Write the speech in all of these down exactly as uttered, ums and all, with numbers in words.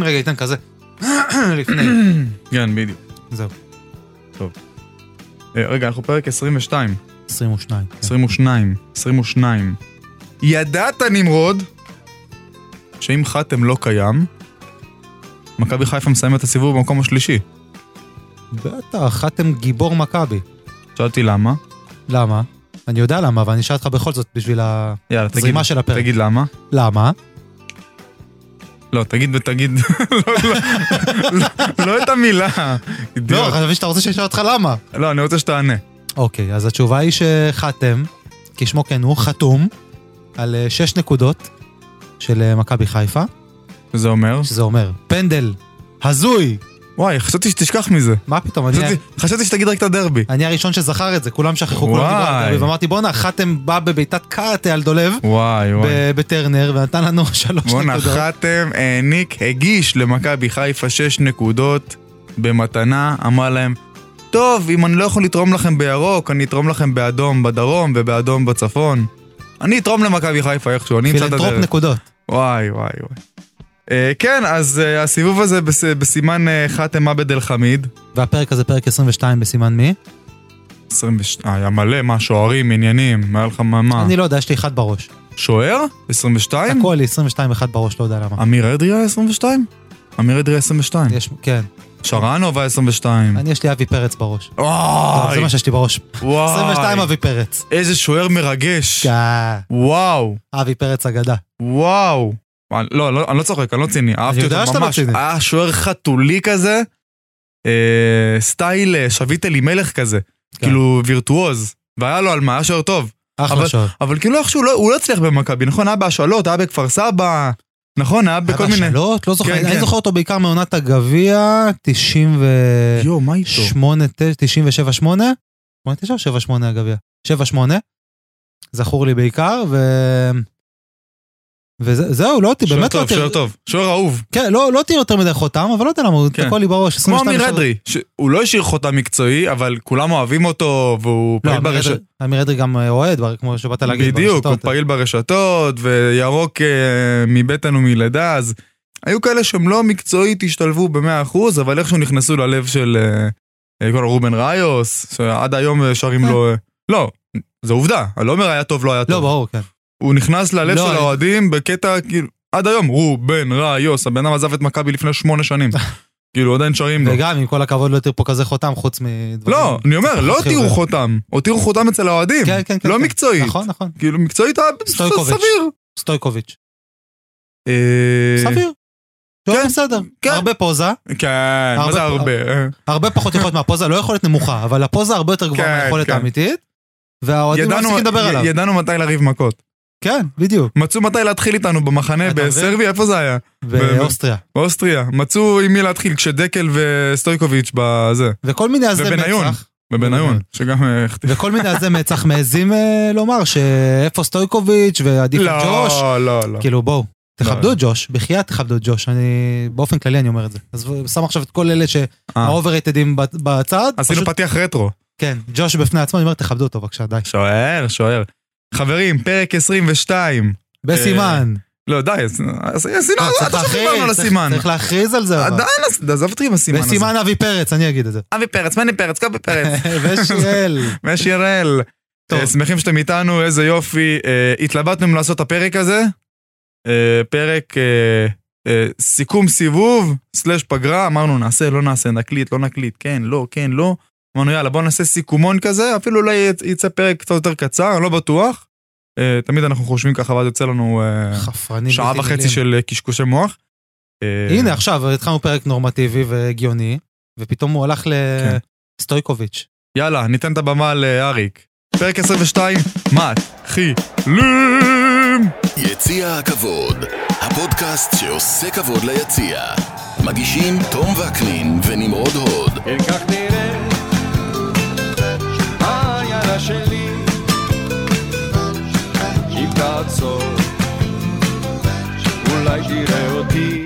רגע ייתן כזה. לפני. כן, בדיוק. זהו. טוב. רגע, אנחנו פרק עשרים ושתיים. עשרים ושתיים. עשרים ושתיים. עשרים ושתיים. ידעת נמרוד שאם חתם לא קיים, מכבי חיפה מסיים את הסיבוב במקום השלישי. בטח, חתם גיבור מכבי. שאלתי למה? למה? אני יודע למה, אבל אני אשאל אותך בכל זאת בשביל הזרימה של הפרק. תגיד למה? למה? לא, תגיד ותגיד, לא את המילה. לא, חשבתי שאתה רוצה שישאל אותך למה. לא, אני רוצה שתענה. אוקיי, אז התשובה היא שחתם, כשמו כן הוא, חתום, על שש נקודות של מכבי חיפה. שזה אומר? שזה אומר, פנדל, הזוי. וואי, חשבתי שתשכח מזה. מה פתאום? חשבתי שתגיד רק את הדרבי. אני הראשון שזכר את זה, כולם שכחו, כולם דיברו על הדרבי, ואמרתי בואנה, חתם בא בביתת קארטה על דולב, וואי וואי. בטרנר, ונתן לנו שלוש נקודות. בואנה, חתם העניק, הגיש למכבי חיפה שש נקודות במתנה, אמר להם, טוב, אם אני לא יכול לתרום לכם בירוק, אני אתרום לכם באדום בדרום ובאדום בצפון. אני אתרום למכבי חיפה איכשהו, אני אמצא את הדרך. פילנטרופ נקודות. וואי וואי וואי. כן, אז הסיבוב הזה בסימן חתם עבד אל חמיד. והפרק הזה פרק עשרים ושתיים בסימן מי? עשרים ושתיים, היה מלא, מה, שוערים, עניינים, מה לך מה? אני לא יודע, יש לי אחד בראש. שוער? עשרים ושתיים? הכל לי, עשרים ושתיים אחד בראש, לא יודע למה. אמיר אדרי היה עשרים ושתיים? אמיר אדרי עשרים ושתיים. יש, כן. שרנוב היה עשרים ושתיים. אני יש לי אבי פרץ בראש. וואי. זה מה שיש לי בראש. וואי. עשרים ושתיים אבי פרץ. איזה שוער מרגש. כן. וואו. אבי פרץ אגדה. וואו. לא, לא, אני לא צוחק, אני לא ציני. אני יודע שאתה לא ציני. היה שוער חתולי כזה, סטייל שביט אלימלך כזה, כאילו וירטואוז, והיה לו על מה, היה שוער טוב. אחלה שוער. אבל כאילו איכשהו הוא לא הצליח במכבי, נכון? היה בהשאלות, היה בכפר סבא, נכון? היה בכל מיני... היה בהשאלות? לא זוכר. אני זוכר אותו בעיקר מעונת הגביע, תשעים ושמונה, תשעים ושבע שמונה? שמונה תשע או שבע שמונה הגביע? שבע שמונה. זכור לי בעיקר, ו... וזהו, לא אותי, באמת לא אותי. שוער טוב, שוער אהוב. כן, לא אותי יותר מדי חותם, אבל לא יודע למה, הוא תקוע לי בראש. כמו אמיר אדרי, הוא לא השאיר חותם מקצועי, אבל כולם אוהבים אותו, והוא פעיל ברשתות. אמיר אדרי גם אוהד, כמו שבאת להגיד ברשתות. בדיוק, הוא פעיל ברשתות, וירוק מבטן ומלידה, אז היו כאלה שהם לא מקצועית השתלבו ב-מאה אחוז, אבל איכשהו נכנסו ללב של כל רובן ראיוס, שעד היום שרים לו... לא, זה עובדה, לא אומר היה טוב, לא היה טוב. לא, ברור, כן. הוא נכנס ללב של האוהדים בקטע, כאילו, עד היום, רובן ראיוס, הבן אדם עזב את מכבי לפני שמונה שנים. כאילו, עדיין שרים לו. וגם, עם כל הכבוד, לא תראו פה כזה חותם, חוץ מדברים... לא, אני אומר, לא תראו חותם, או תראו חותם אצל האוהדים. כן, כן, כן. לא מקצועית. נכון, נכון. כאילו, מקצועית, סביר. סטויקוביץ'. סביר. לא בסדר. הרבה פוזה. כן, מה זה הרבה? הרבה פחות יכולת מהפוזה, לא יכולת נמוכה, אבל הפוזה הרבה יותר גבוהה מהיכולת האמיתית, והאוהדים לא מפסיקים לדבר עליו. ידענו מתי לריב מכות. כן, בדיוק. מצאו מתי להתחיל איתנו במחנה בסרביה, איפה זה היה? באוסטריה. באוסטריה. מצאו עם מי להתחיל כשדקל וסטויקוביץ' בזה. וכל מיני הזה מצח. בבניון, שגם... וכל מיני הזה מצח מעזים לומר שאיפה סטויקוביץ' ועדיף את ג'וש. לא, לא, לא. כאילו בואו, תכבדו את ג'וש, בחייאת תכבדו את ג'וש. אני, באופן כללי אני אומר את זה. אז שם עכשיו את כל אלה שהאובררייטדים בצד. עשינו פתיח רטרו. כן, ג'וש בפני עצמו, אני אומר תכבדו אותו בבקשה, די. שוער, שוער. חברים, פרק עשרים ושתיים. בסימן. לא, די, עשינו, אתה שחיברנו על הסימן. צריך להכריז על זה. עדיין, עזוב אותי עם הסימן הזה. בסימן אבי פרץ, אני אגיד את זה. אבי פרץ, מני פרץ, קובי פרץ. ושיראל. ושיראל. שמחים שאתם איתנו, איזה יופי. התלבטנו לעשות את הפרק הזה. פרק סיכום סיבוב, סלש פגרה, אמרנו נעשה, לא נעשה, נקליט, לא נקליט, כן, לא, כן, לא. אמרנו יאללה, בוא נעשה סיכומון כזה, אפילו אולי יצא פרק קצת יותר קצר, אני לא בטוח. תמיד אנחנו חושבים ככה, ואז יוצא לנו שעה וחצי של קשקושי מוח. הנה עכשיו, התחלנו פרק נורמטיבי והגיוני, ופתאום הוא הלך לסטויקוביץ'. יאללה, ניתן את הבמה לאריק. פרק עשרים ושתיים, מתחילים! יציע הכבוד, הפודקאסט שעושה כבוד ליציע. מגישים תום וקנין ונמרוד הוד. כך נראה היאללה שלי, אם תעצור אולי תראה אותי.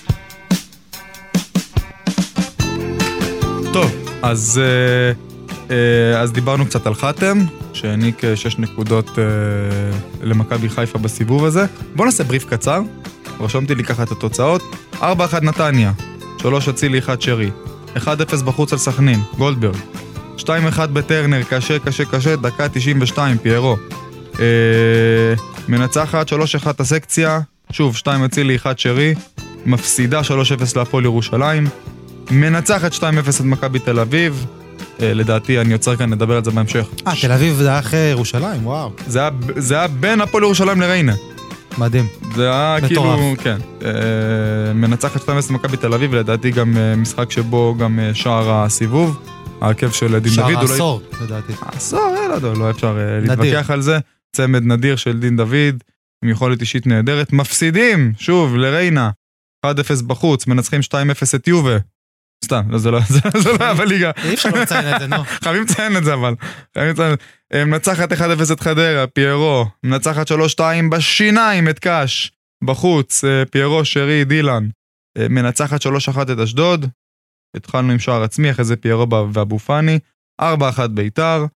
טוב, אז אז דיברנו קצת על חתם שהעניק שש נקודות למכבי חיפה בסיבוב הזה. בוא נעשה בריף קצר, רשמתי לי ככה את התוצאות. ארבע אחת נתניה, שלוש אצילי, אחד שרי, אחד אפס בחוץ על סכנין, גולדברג, שתיים אחת בטרנר, קשה, קשה, קשה, דקה תשעים ושתיים, פיירו. אה, מנצחת, שלוש אחת הסקציה, שוב, שתיים אצילי, אחד שרי, מפסידה שלוש אפס להפועל ירושלים, מנצחת שתיים אפס את מכבי תל אביב, אה, לדעתי אני יוצר כאן, נדבר על זה בהמשך. אה, תל אביב זה אחרי ירושלים, וואו. זה היה, זה היה בין הפועל ירושלים לריינה. מדהים. זה היה כאילו, כן. אה, מנצחת שתיים אפס מכבי תל אביב, לדעתי גם אה, משחק שבו גם אה, שער הסיבוב, העקב של דין שער דוד. שער העשור, אולי... לדעתי. העשור, לא, לא, לא אפשר אה, להתווכח על זה. צמד נדיר של דין דוד, עם יכולת אישית נהדרת. מפסידים, שוב, לריינה, אחד אפס בחוץ, מנצחים שתיים אפס את יובה. סתם, זה לא היה בליגה. אי אפשר לציין את זה, נו. חייבים לציין את זה, אבל. מנצחת אחד אפס את חדרה, פיירו. מנצחת שלוש שתיים בשיניים את קש. בחוץ, פיירו, שרי, דילן. מנצחת שלוש אחת את אשדוד. התחלנו עם שער עצמי, אחרי זה פיירו ואבו פאני. ארבע אחת ביתר.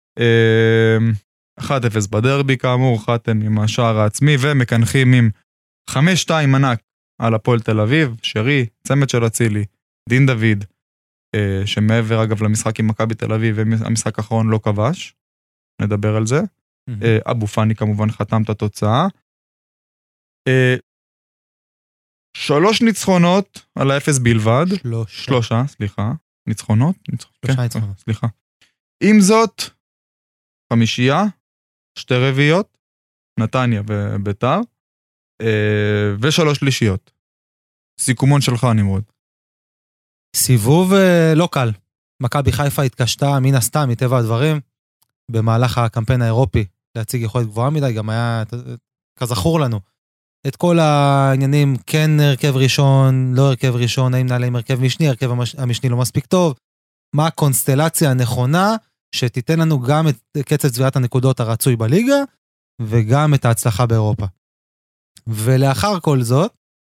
אחד אפס בדרבי, כאמור, חתם עם השער העצמי, ומקנחים עם חמש שתיים ענק על הפועל תל אביב, שרי, צמד של אצילי. דין דוד, שמעבר אגב למשחק עם מכבי תל אביב, המשחק האחרון לא כבש, נדבר על זה. אבו פאני כמובן חתם את התוצאה. שלוש ניצחונות על האפס בלבד. שלושה, סליחה. ניצחונות? שלושה ניצחונות. סליחה. עם זאת, חמישייה, שתי רביעיות, נתניה וביתר, ושלוש שלישיות. סיכומון שלך, נמרוד. סיבוב לא קל. מכבי חיפה התקשתה מן הסתם מטבע הדברים במהלך הקמפיין האירופי להציג יכולת גבוהה מדי, גם היה כזכור לנו את כל העניינים, כן הרכב ראשון, לא הרכב ראשון, האם נעלה עם הרכב משני, הרכב המשני לא מספיק טוב, מה הקונסטלציה הנכונה שתיתן לנו גם את קצת צביעת הנקודות הרצוי בליגה וגם את ההצלחה באירופה. ולאחר כל זאת,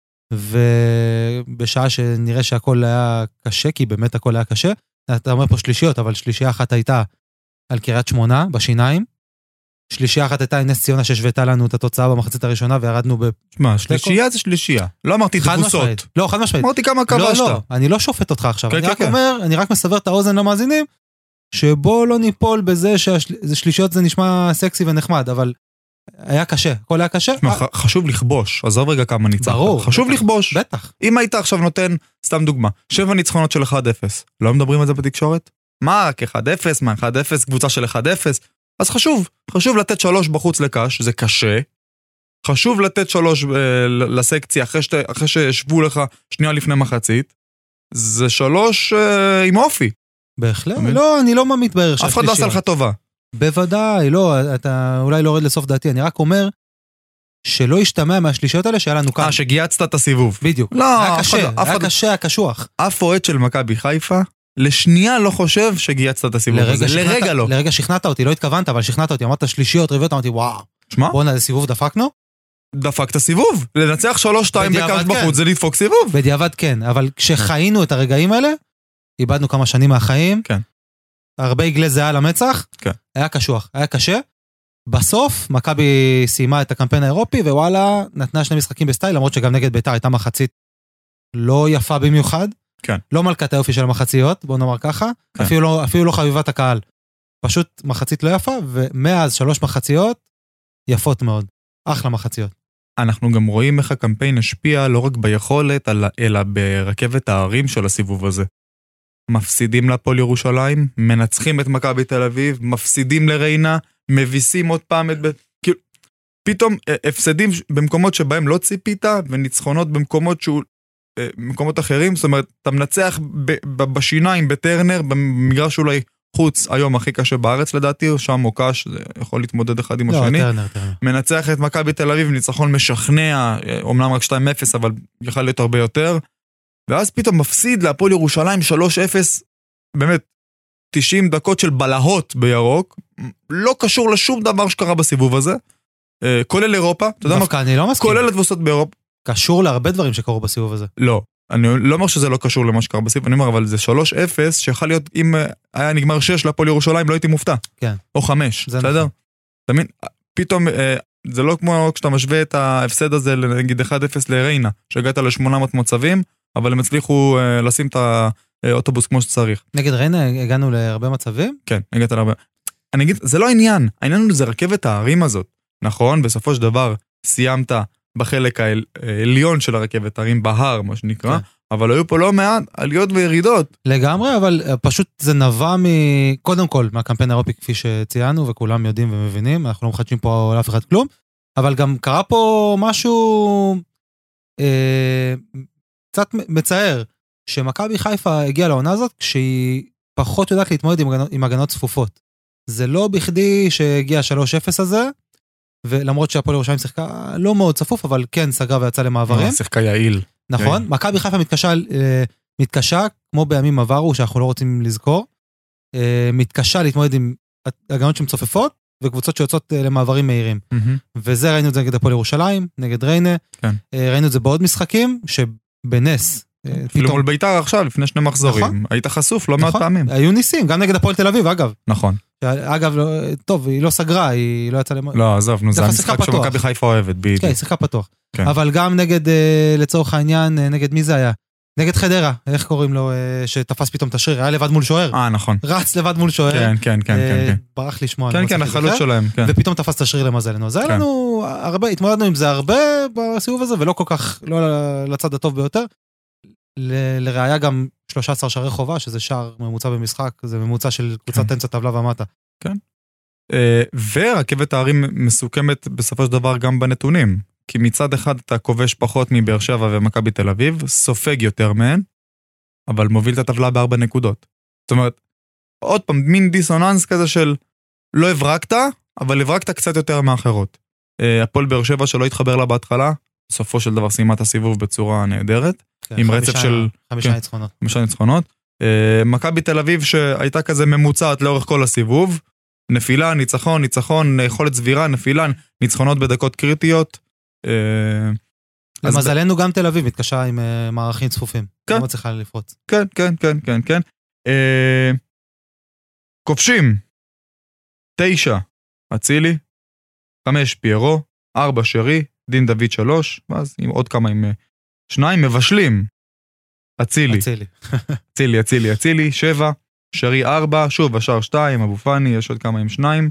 ובשעה שנראה שהכל היה קשה, כי באמת הכל היה קשה, אתה אומר פה שלישיות, אבל שלישייה אחת הייתה על קריית שמונה, בשיניים, שלישייה אחת הייתה עם נס ציונה ששוותה לנו את התוצאה במחצית הראשונה, וירדנו ב... מה, שלישייה זה שלישייה. לא אמרתי דפוסות. לא, חד משמעית. אמרתי כמה כבשת. לא, לא, אני לא שופט אותך עכשיו. אני רק אומר, אני רק מסבר את האוזן למאזינים, שבו לא ניפול בזה ששלישיות זה נשמע סקסי ונחמד, אבל היה קשה, הכל היה קשה. חשוב לכבוש, עזוב רגע כמה ניצחת. ברור. חשוב לכבוש. בטח. אם היית עכשיו נותן, סתם דוגמה, שבע ניצחונות של אחד אפס, לא מדברים על זה בתקשורת? מה, רק אחד אפס, מה, אחד אפס, קבוצה של אחד אפס? אז חשוב, חשוב לתת שלוש בחוץ לקש, זה קשה. חשוב לתת שלוש אה, לסקציה, אחרי, שת, אחרי ששבו לך שנייה לפני מחצית, זה שלוש אה, עם אופי. בהחלט, לא, אני לא ממתברר אף אחד לא עשה לך טובה. בוודאי, לא, אתה אולי לא רד לסוף דעתי, אני רק אומר שלא ישתמע מהשלישיות האלה שהיה לנו כאן. אה, שגיעצת את הסיבוב. בדיוק. לא, היה קשה, היה קשה, היה קשוח. אף אוהד של מכבי חיפה, לשנייה לא חושב שגיעצת את הסיבוב הזה. לרגע לא. לרגע שכנעת אותי, לא התכוונת, אבל שכנעת אותי, אמרת שלישיות, רביעיות, אמרתי, וואו. שמה? בואו נעשה סיבוב, דפקנו? דפקת סיבוב. לנצח שלוש שתיים בקש בחוץ, זה לדפוק סיבוב. בדיעבד כן, אבל כשחיינו את הרגעים האלה, איבדנו כמה שנים מהחיים. כן. הרבה עגלי זהה למצח. כן. היה קשוח, היה קשה. בסוף, מכבי סיימה את הקמפיין האירופי, ווואלה, נתנה שני משחקים בסטייל, למרות שגם נגד ביתר הייתה מחצית לא יפה במיוחד. כן. לא מלכת היופי של המחציות, בוא נאמר ככה. כן. אפילו לא, אפילו לא חביבת הקהל. פשוט מחצית לא יפה, ומאז שלוש מחציות יפות מאוד. אחלה מחציות. אנחנו גם רואים איך הקמפיין השפיע לא רק ביכולת, אלא ברכבת הערים של הסיבוב הזה. מפסידים לפועל ירושלים, מנצחים את מכבי תל אביב, מפסידים לריינה, מביסים עוד פעם את... כאילו, פתאום הפסדים במקומות שבהם לא ציפית, וניצחונות במקומות שהוא... במקומות אחרים, זאת אומרת, אתה מנצח בשיניים, בטרנר, במגרש אולי חוץ, היום הכי קשה בארץ לדעתי, שם או קש, זה יכול להתמודד אחד עם השני. מנצח את מכבי תל אביב, ניצחון משכנע, אומנם רק שתיים אפס, אבל יכול להיות הרבה יותר. ואז פתאום מפסיד להפועל ירושלים שלוש אפס, באמת, תשעים דקות של בלהות בירוק, לא קשור לשום דבר שקרה בסיבוב הזה, כולל אירופה, אתה יודע מה? כולל התבוסות באירופה. קשור להרבה דברים שקרו בסיבוב הזה. לא, אני לא אומר שזה לא קשור למה שקרה בסיבוב, אני אומר, אבל זה שלוש אפס, שיכול להיות, אם היה נגמר שש להפועל ירושלים, לא הייתי מופתע. כן. או חמש, בסדר? תמיד, פתאום, זה לא כמו כשאתה משווה את ההפסד הזה, נגיד אחד אפס לריינה, שהגעת ל-שמונה מאות מצבים, אבל הם הצליחו uh, לשים את האוטובוס כמו שצריך. נגד ריינה הגענו להרבה מצבים? כן, הגעת להרבה. אני אגיד, זה לא העניין, העניין הוא זה רכבת הערים הזאת. נכון, בסופו של דבר סיימת בחלק העליון של הרכבת הערים, בהר, מה שנקרא, כן. אבל היו פה לא מעט עליות וירידות. לגמרי, אבל פשוט זה נבע מ... קודם כל, מהקמפיין האירופי כפי שציינו, וכולם יודעים ומבינים, אנחנו לא מחדשים פה לאף אחד כלום, אבל גם קרה פה משהו אה, קצת מצער, שמכבי חיפה הגיעה לעונה הזאת, כשהיא פחות יודעת להתמודד עם, עם הגנות צפופות. זה לא בכדי שהגיע שלוש אפס הזה, ולמרות שהפועל ירושלים שיחקה לא מאוד צפוף, אבל כן סגרה ויצא למעברים. שיחקה יעיל. נכון, מכבי חיפה מתקשה, מתקשה, כמו בימים עברו, שאנחנו לא רוצים לזכור, מתקשה להתמודד עם הגנות שמצופפות, וקבוצות שיוצאות למעברים מהירים. וזה ראינו את זה נגד הפועל ירושלים, נגד ריינה, ראינו את זה בעוד משחקים, שבנס, אפילו מול ביתר עכשיו, לפני שני מחזורים, היית חשוף לא מעט פעמים. היו ניסים, גם נגד הפועל תל אביב, אגב. נכון. אגב, טוב, היא לא סגרה, היא לא יצאה למ... לא, עזוב, נו, זה המשחק שמכבי חיפה אוהבת, בדיוק. כן, היא שיחקה פתוח. אבל גם נגד, לצורך העניין, נגד מי זה היה? נגד חדרה, איך קוראים לו, שתפס פתאום את השריר, היה לבד מול שוער. אה, נכון. רץ לבד מול שוער. כן, כן, כן, כן. ברח לשמוע. כן, כן, החלוץ שלהם, כן. ופתאום תפס את השריר למזלנו. אז היה לנו הרבה, התמודדנו עם זה הרבה בסיבוב הזה, ולא כל כך, לא לצד הטוב ביותר. לראיה גם שלושה עשר שערי חובה, שזה שער ממוצע במשחק, זה ממוצע של קבוצת אמצע טבלה ומטה. כן. ורכבת הערים מסוכמת בסופו של דבר גם בנתונים, כי מצד אחד אתה כובש פחות מבאר שבע ומכבי תל אביב, סופג יותר מהן, אבל מוביל את הטבלה בארבע נקודות. זאת אומרת, עוד פעם, מין דיסוננס כזה של לא הברקת, אבל הברקת קצת יותר מאחרות. הפועל באר שבע שלא התחבר לה בהתחלה, בסופו של דבר סיימה את הסיבוב בצורה נהדרת, עם רצף של... חמישה ניצחונות. חמישה ניצחונות. מכבי תל אביב שהייתה כזה ממוצעת לאורך כל הסיבוב, נפילה, ניצחון, ניצחון, יכולת סבירה, נפילה, ניצחונות בדקות קריטיות. למזלנו גם תל אביב מתקשה עם מערכים צפופים. לא מצליחה לפרוץ. כן, כן, כן, כן, כן. כובשים, תשע, אצילי, חמש פיירו, ארבע שרי, דין דוד שלוש, ואז עם עוד כמה עם שניים, מבשלים, אצילי, אצילי, אצילי, אצילי, אצילי, שבע, שרי ארבע, שוב, השאר שתיים, אבו פני, יש עוד כמה עם שניים,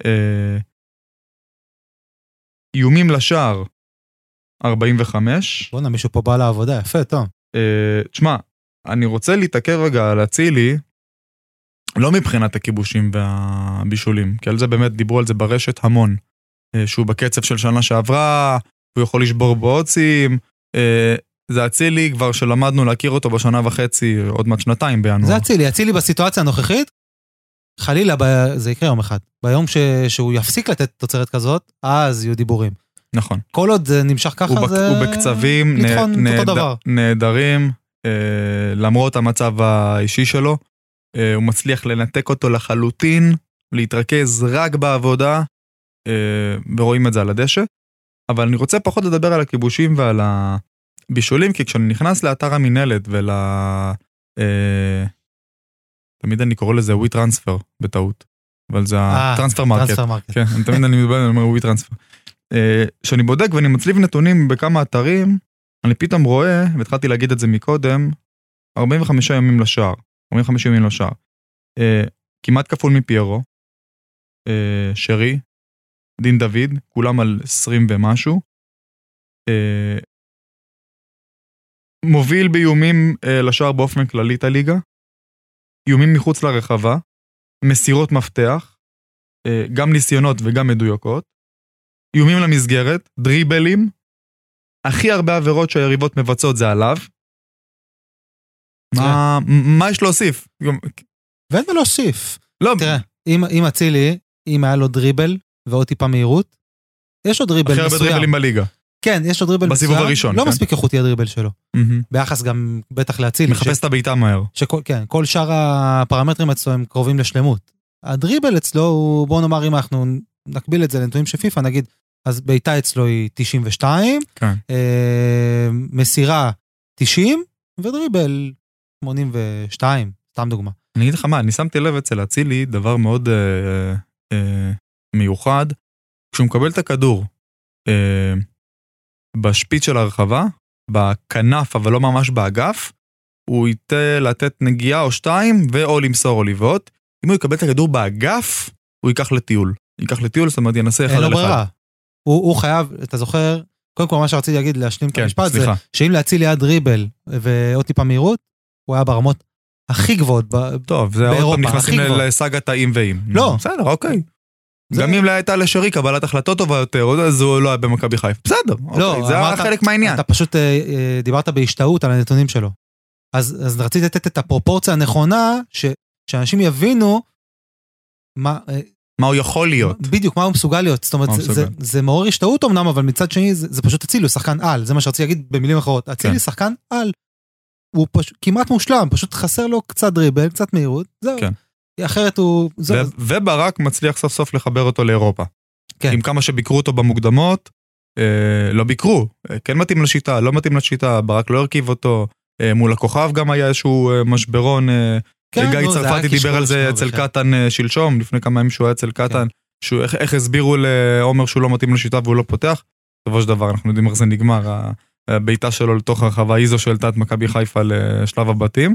איומים לשער, ארבעים וחמש. בוא'נה, מישהו פה בא לעבודה, יפה, טוב. תשמע, אני רוצה להתעכב רגע על אצילי, לא מבחינת הכיבושים והבישולים, כי על זה באמת דיברו על זה ברשת המון, שהוא בקצב של שנה שעברה, הוא יכול לשבור בעוצים, זה אצילי כבר שלמדנו להכיר אותו בשנה וחצי, עוד מעט שנתיים בינואר. זה אצילי, אצילי בסיטואציה הנוכחית, חלילה, זה יקרה יום אחד, ביום שהוא יפסיק לתת תוצרת כזאת, אז יהיו דיבורים. נכון. כל עוד זה נמשך ככה, זה... הוא בקצבים נהדרים, למרות המצב האישי שלו, הוא מצליח לנתק אותו לחלוטין, להתרכז רק בעבודה, ורואים את זה על הדשא, אבל אני רוצה פחות לדבר על הכיבושים ועל הבישולים, כי כשאני נכנס לאתר המנהלת ול... תמיד אני קורא לזה ווי טרנספר בטעות, אבל זה הטרנספר מרקט. כן, תמיד אני מדבר, אני אומר ווי טרנספר. כשאני בודק ואני מצליב נתונים בכמה אתרים, אני פתאום רואה, והתחלתי להגיד את זה מקודם, ארבעים וחמישה ימים לשער, ארבעים וחמישה ימים לשער. כמעט כפול מפיירו, שרי, דין דוד, כולם על עשרים ומשהו, מוביל באיומים לשער באופן כללי את הליגה, איומים מחוץ לרחבה, מסירות מפתח, גם ניסיונות וגם מדויקות, איומים למסגרת, דריבלים, הכי הרבה עבירות שהיריבות מבצעות זה עליו. מה, מה יש להוסיף? ואין מה להוסיף. לא. תראה, אם, אם אצילי, אם היה לו דריבל ועוד טיפה מהירות, יש לו דריבל מסוים. הכי הרבה דריבלים בליגה. כן, יש לו דריבל מסוים. בסיבוב הראשון. לא כן? מספיק איכותי הדריבל שלו. Mm-hmm. ביחס גם בטח להצילי. מחפש ש... את הביתה מהר. שכל, כן, כל שאר הפרמטרים אצלו הם קרובים לשלמות. הדריבל אצלו הוא, בוא נאמר אם אנחנו נקביל את זה לנתונים של פיפה, נגיד, אז ביתה אצלו היא תשעים ושתיים, כן. אה, מסירה תשעים, ודריבל שמונים ושתיים, סתם דוגמה. אני אגיד לך מה, אני שמתי לב אצל אצילי דבר מאוד אה, אה, מיוחד, כשהוא מקבל את הכדור, בשפיץ של הרחבה, בכנף, אבל לא ממש באגף, הוא ייתה לתת נגיעה או שתיים, ואו למסור אוליבות. אם הוא יקבל את הכדור באגף, הוא ייקח לטיול. ייקח לטיול, זאת אומרת, ינסה אחד על אחד. אין לו ברירה. הוא, הוא חייב, אתה זוכר, קודם כל מה שרציתי להגיד, להשלים כן, את המשפט, סליחה. זה שאם להציל ליד ריבל, ועוד טיפה מהירות, הוא היה ברמות הכי גבוהות באירופה. טוב, זה עוד פעם נכנסים לסגת האם ואם. לא. בסדר, אוקיי. גם אם הייתה לשרי קבלת החלטות טובה יותר, אז הוא לא היה במכבי חיפה. בסדר, זה היה חלק מהעניין. אתה פשוט דיברת בהשתאות על הנתונים שלו. אז רציתי לתת את הפרופורציה הנכונה, שאנשים יבינו מה... מה הוא יכול להיות. בדיוק, מה הוא מסוגל להיות. זאת אומרת, זה מעורר השתאות אמנם, אבל מצד שני זה פשוט אצילי, הוא שחקן על. זה מה שרציתי להגיד במילים אחרות. אצילי שחקן על. הוא כמעט מושלם, פשוט חסר לו קצת דריבל, קצת מהירות. זהו. אחרת הוא... וברק מצליח סוף סוף לחבר אותו לאירופה. עם כמה שביקרו אותו במוקדמות, לא ביקרו. כן מתאים לשיטה, לא מתאים לשיטה, ברק לא הרכיב אותו. מול הכוכב גם היה איזשהו משברון. גיא צרפתי דיבר על זה אצל קטן שלשום, לפני כמה ימים שהוא היה אצל קטן, איך הסבירו לעומר שהוא לא מתאים לשיטה והוא לא פותח. בסופו של דבר אנחנו יודעים איך זה נגמר, הביתה שלו לתוך הרחבה, איזו שהעלתה את מכבי חיפה לשלב הבתים.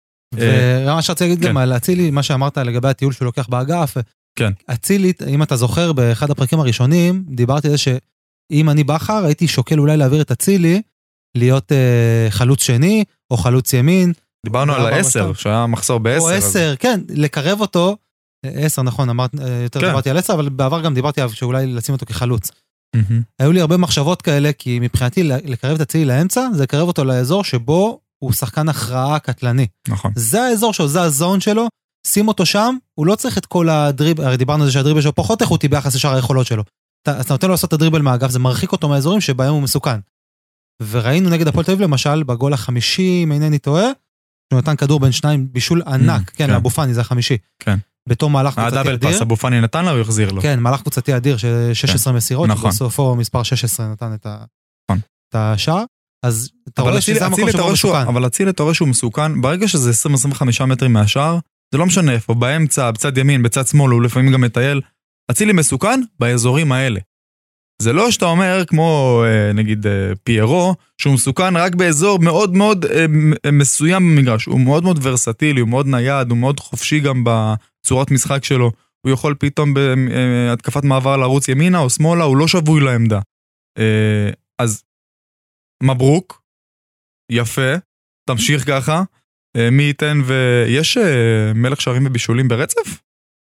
ומה שרציתי להגיד גם על אצילי, מה שאמרת לגבי הטיול שהוא לוקח באגף, אצילי, אם אתה זוכר באחד הפרקים הראשונים, דיברתי על זה שאם אני בחר, הייתי שוקל אולי להעביר את אצילי, להיות חלוץ שני, או חלוץ ימין. דיברנו על העשר, שהיה מחסור בעשר. או עשר, כן, לקרב אותו, עשר נכון, יותר דיברתי על עשר, אבל בעבר גם דיברתי עליו שאולי לשים אותו כחלוץ. היו לי הרבה מחשבות כאלה, כי מבחינתי לקרב את אצילי לאמצע, זה לקרב אותו לאזור שבו הוא שחקן הכרעה קטלני. נכון. זה האזור שלו, זה הזון שלו, שים אותו שם, הוא לא צריך את כל הדריבל, הרי דיברנו על זה שהדריבל שלו פחות איכותי ביחס לשאר היכולות שלו. אתה, אתה נותן לו לעשות את הדריבל מהאגף, זה מרחיק אותו מהאזורים שבהם הוא מסוכן. וראינו נגד הפועל תל אביב למשל, בגול החמישי, אם אינני טועה, שהוא נתן כדור בין שניים, בישול ענק, כן, לאבו פאני, זה החמישי. כן. בתור מהלך קבוצתי אדיר. הדאבל פאס, אבו פאני נתן לה, הוא יחזיר לו. כן, מהלך קבוצתי אדיר, שש עשרה מסירות, בסופו מספר שש עשרה נתן את השער. אז אתה רואה שזה המקום שבו מסוכן. אבל אצילי אתה רואה שהוא מסוכן, ברגע שזה עשרים עד עשרים וחמישה מטרים מהשער, זה לא משנה איפה, באמצע, בצד ימין, בצד שמאל, הוא לפעמים גם מטייל. אצילי מסוכן באזורים האלה. זה לא שאתה אומר, כמו נגיד פיירו, שהוא מסוכן רק באזור מאוד מאוד מסוים במגרש. הוא מאוד מאוד ורסטילי, הוא מאוד נייד, הוא מאוד חופשי גם בצורת משחק שלו. הוא יכול פתאום בהתקפת מעבר לרוץ ימינה או שמאלה, הוא לא שבוי לעמדה. אז מברוק, יפה, תמשיך ככה. מי ייתן ויש מלך שערים ובישולים ברצף?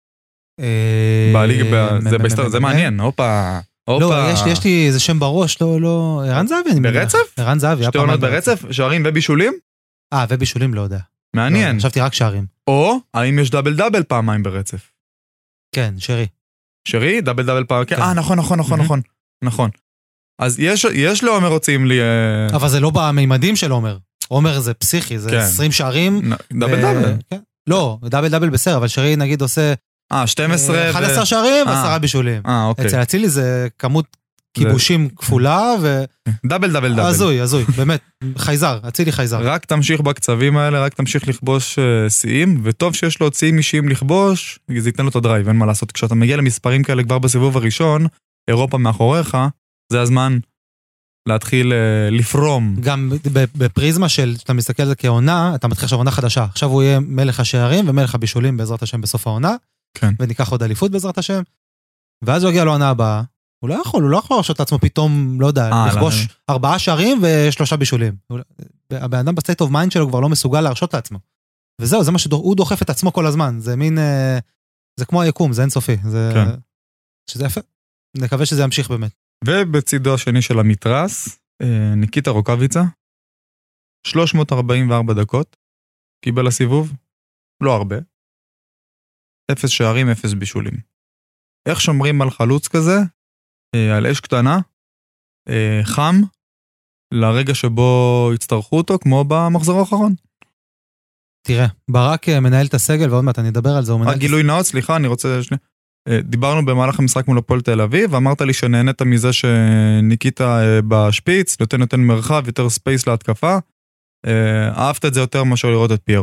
זה מעניין, הופה. לא, יש לי איזה שם בראש, לא, לא, ערן זהבי. ברצף? ערן זהבי. שתי עונות ברצף? שערים ובישולים? אה, ובישולים לא יודע. מעניין. חשבתי רק שערים. או, האם יש דאבל דאבל פעמיים ברצף? כן, שרי. שרי? דאבל דאבל פעמיים? אה, נכון, נכון, נכון, נכון. נכון. אז יש לעומר רוצים לי... אבל זה לא במימדים של עומר. עומר זה פסיכי, זה עשרים שערים. דאבל דאבל. לא, דאבל דאבל בסדר, אבל שרי נגיד עושה... אה, שתים עשרה... אחד עשר שערים ועשרה בישולים. אה, אוקיי. אצל אצילי זה כמות כיבושים כפולה ו... דאבל דאבל דאבל. הזוי, הזוי, באמת, חייזר, אצילי חייזר. רק תמשיך בקצבים האלה, רק תמשיך לכבוש שיאים, וטוב שיש לו שיאים אישיים לכבוש, זה ייתן לו את הדרייב, אין מה לעשות. כשאתה מגיע למספרים כאלה כבר בסיבוב הראשון, אירופה מאחוריך, זה הזמן להתחיל לפרום. גם בפריזמה של, אתה מסתכל על זה כעונה, אתה מתחיל עכשיו עונה חדשה. עכשיו הוא יהיה מלך השערים ומלך הבישולים בעזרת השם בסוף העונה. כן. וניקח עוד אליפות בעזרת השם. ואז הוא יגיע לעונה הבאה. הוא לא יכול, הוא לא יכול לרשות את עצמו פתאום, לא יודע, לכבוש ארבעה שערים ושלושה בישולים. הבן אדם בסטייט אוף מיינד שלו כבר לא מסוגל להרשות לעצמו. וזהו, זה מה שהוא דוחף את עצמו כל הזמן. זה מין, זה כמו היקום, זה אינסופי. כן. שזה יפה. נקווה שזה ימשיך באמת. ובצידו השני של המתרס, ניקיטה רוקביצה, שלוש מאות ארבעים וארבע דקות, קיבל הסיבוב, לא הרבה, אפס שערים, אפס בישולים. איך שומרים על חלוץ כזה, על אש קטנה, חם, לרגע שבו יצטרכו אותו, כמו במחזור האחרון? תראה, ברק מנהל את הסגל, ועוד מעט אני אדבר על זה. רק גילוי נאות, סליחה, אני רוצה... דיברנו במהלך המשחק מול הפועל תל אביב, ואמרת לי שנהנית מזה שניקיטה בשפיץ, נותן נותן מרחב, יותר ספייס להתקפה. אהבת את זה יותר מאשר לראות את פיירו.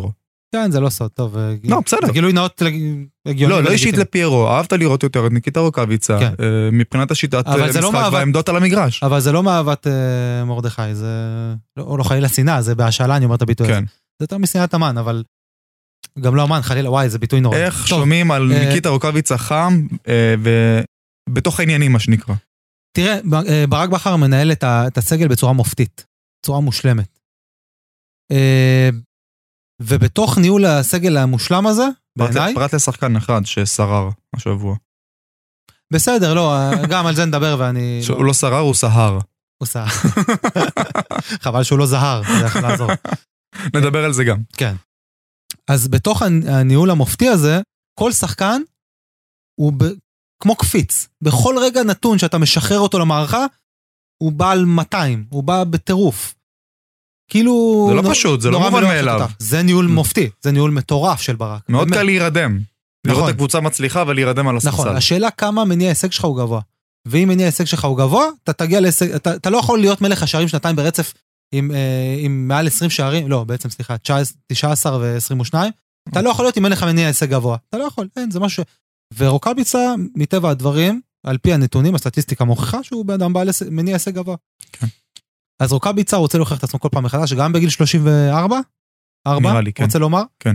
כן, זה לא סוד, טוב. לא, בסדר. זה גילוי נאות הגיוני. לא, לא אישית לפיירו, אהבת לראות יותר את ניקיטה רוקאביצה, מבחינת השיטת משחק והעמדות על המגרש. אבל זה לא מאהבת מרדכי, זה לא חלילה שנאה, זה בהשאלה, אני אומר את הביטוי הזה. זה יותר משנאת אמן, אבל גם לא אמן, חלילה, וואי, זה ביטוי נורא. איך שומעים על ניקיטה רוקאביצה חם, ובתוך העניינים, מה שנקרא. תראה, ברק בכר מנהל את הסגל בצורה מופתית, בצורה מושלמת. ובתוך ניהול הסגל המושלם הזה, בעיניי... פרט לשחקן אחד ששרר השבוע. בסדר, לא, גם על זה נדבר ואני... הוא לא שרר, הוא סהר. הוא סהר. חבל שהוא לא זהר, זה יכול לעזור. נדבר על זה גם. כן. אז בתוך הניהול המופתי הזה, כל שחקן הוא כמו קפיץ. בכל רגע נתון שאתה משחרר אותו למערכה, הוא בא על מאתיים, הוא בא בטירוף. כאילו... זה לא פשוט, זה לא מובן מאליו. זה ניהול מופתי, זה ניהול מטורף של ברק. מאוד קל להירדם. לראות את הקבוצה מצליחה ולהירדם על הספסל. נכון, השאלה כמה מניע ההישג שלך הוא גבוה. ואם מניע ההישג שלך הוא גבוה, אתה תגיע להישג, אתה לא יכול להיות מלך השערים שנתיים ברצף עם מעל עשרים שערים, לא, בעצם סליחה, תשע עשרה ו-עשרים ושתיים, אתה לא יכול להיות עם מלך המניע ההישג גבוה. אתה לא יכול, אין, זה משהו... ורוקאביצה, מטבע הדברים, על פי הנתונים, הסטטיסטיקה מוכיחה שהוא באדם בעל מניע ההישג גבוה. כן. אז רוקאביצה רוצה להוכיח את עצמו כל פעם מחדש, גם בגיל שלושים וארבע, ארבע, לי, כן. רוצה לומר? כן.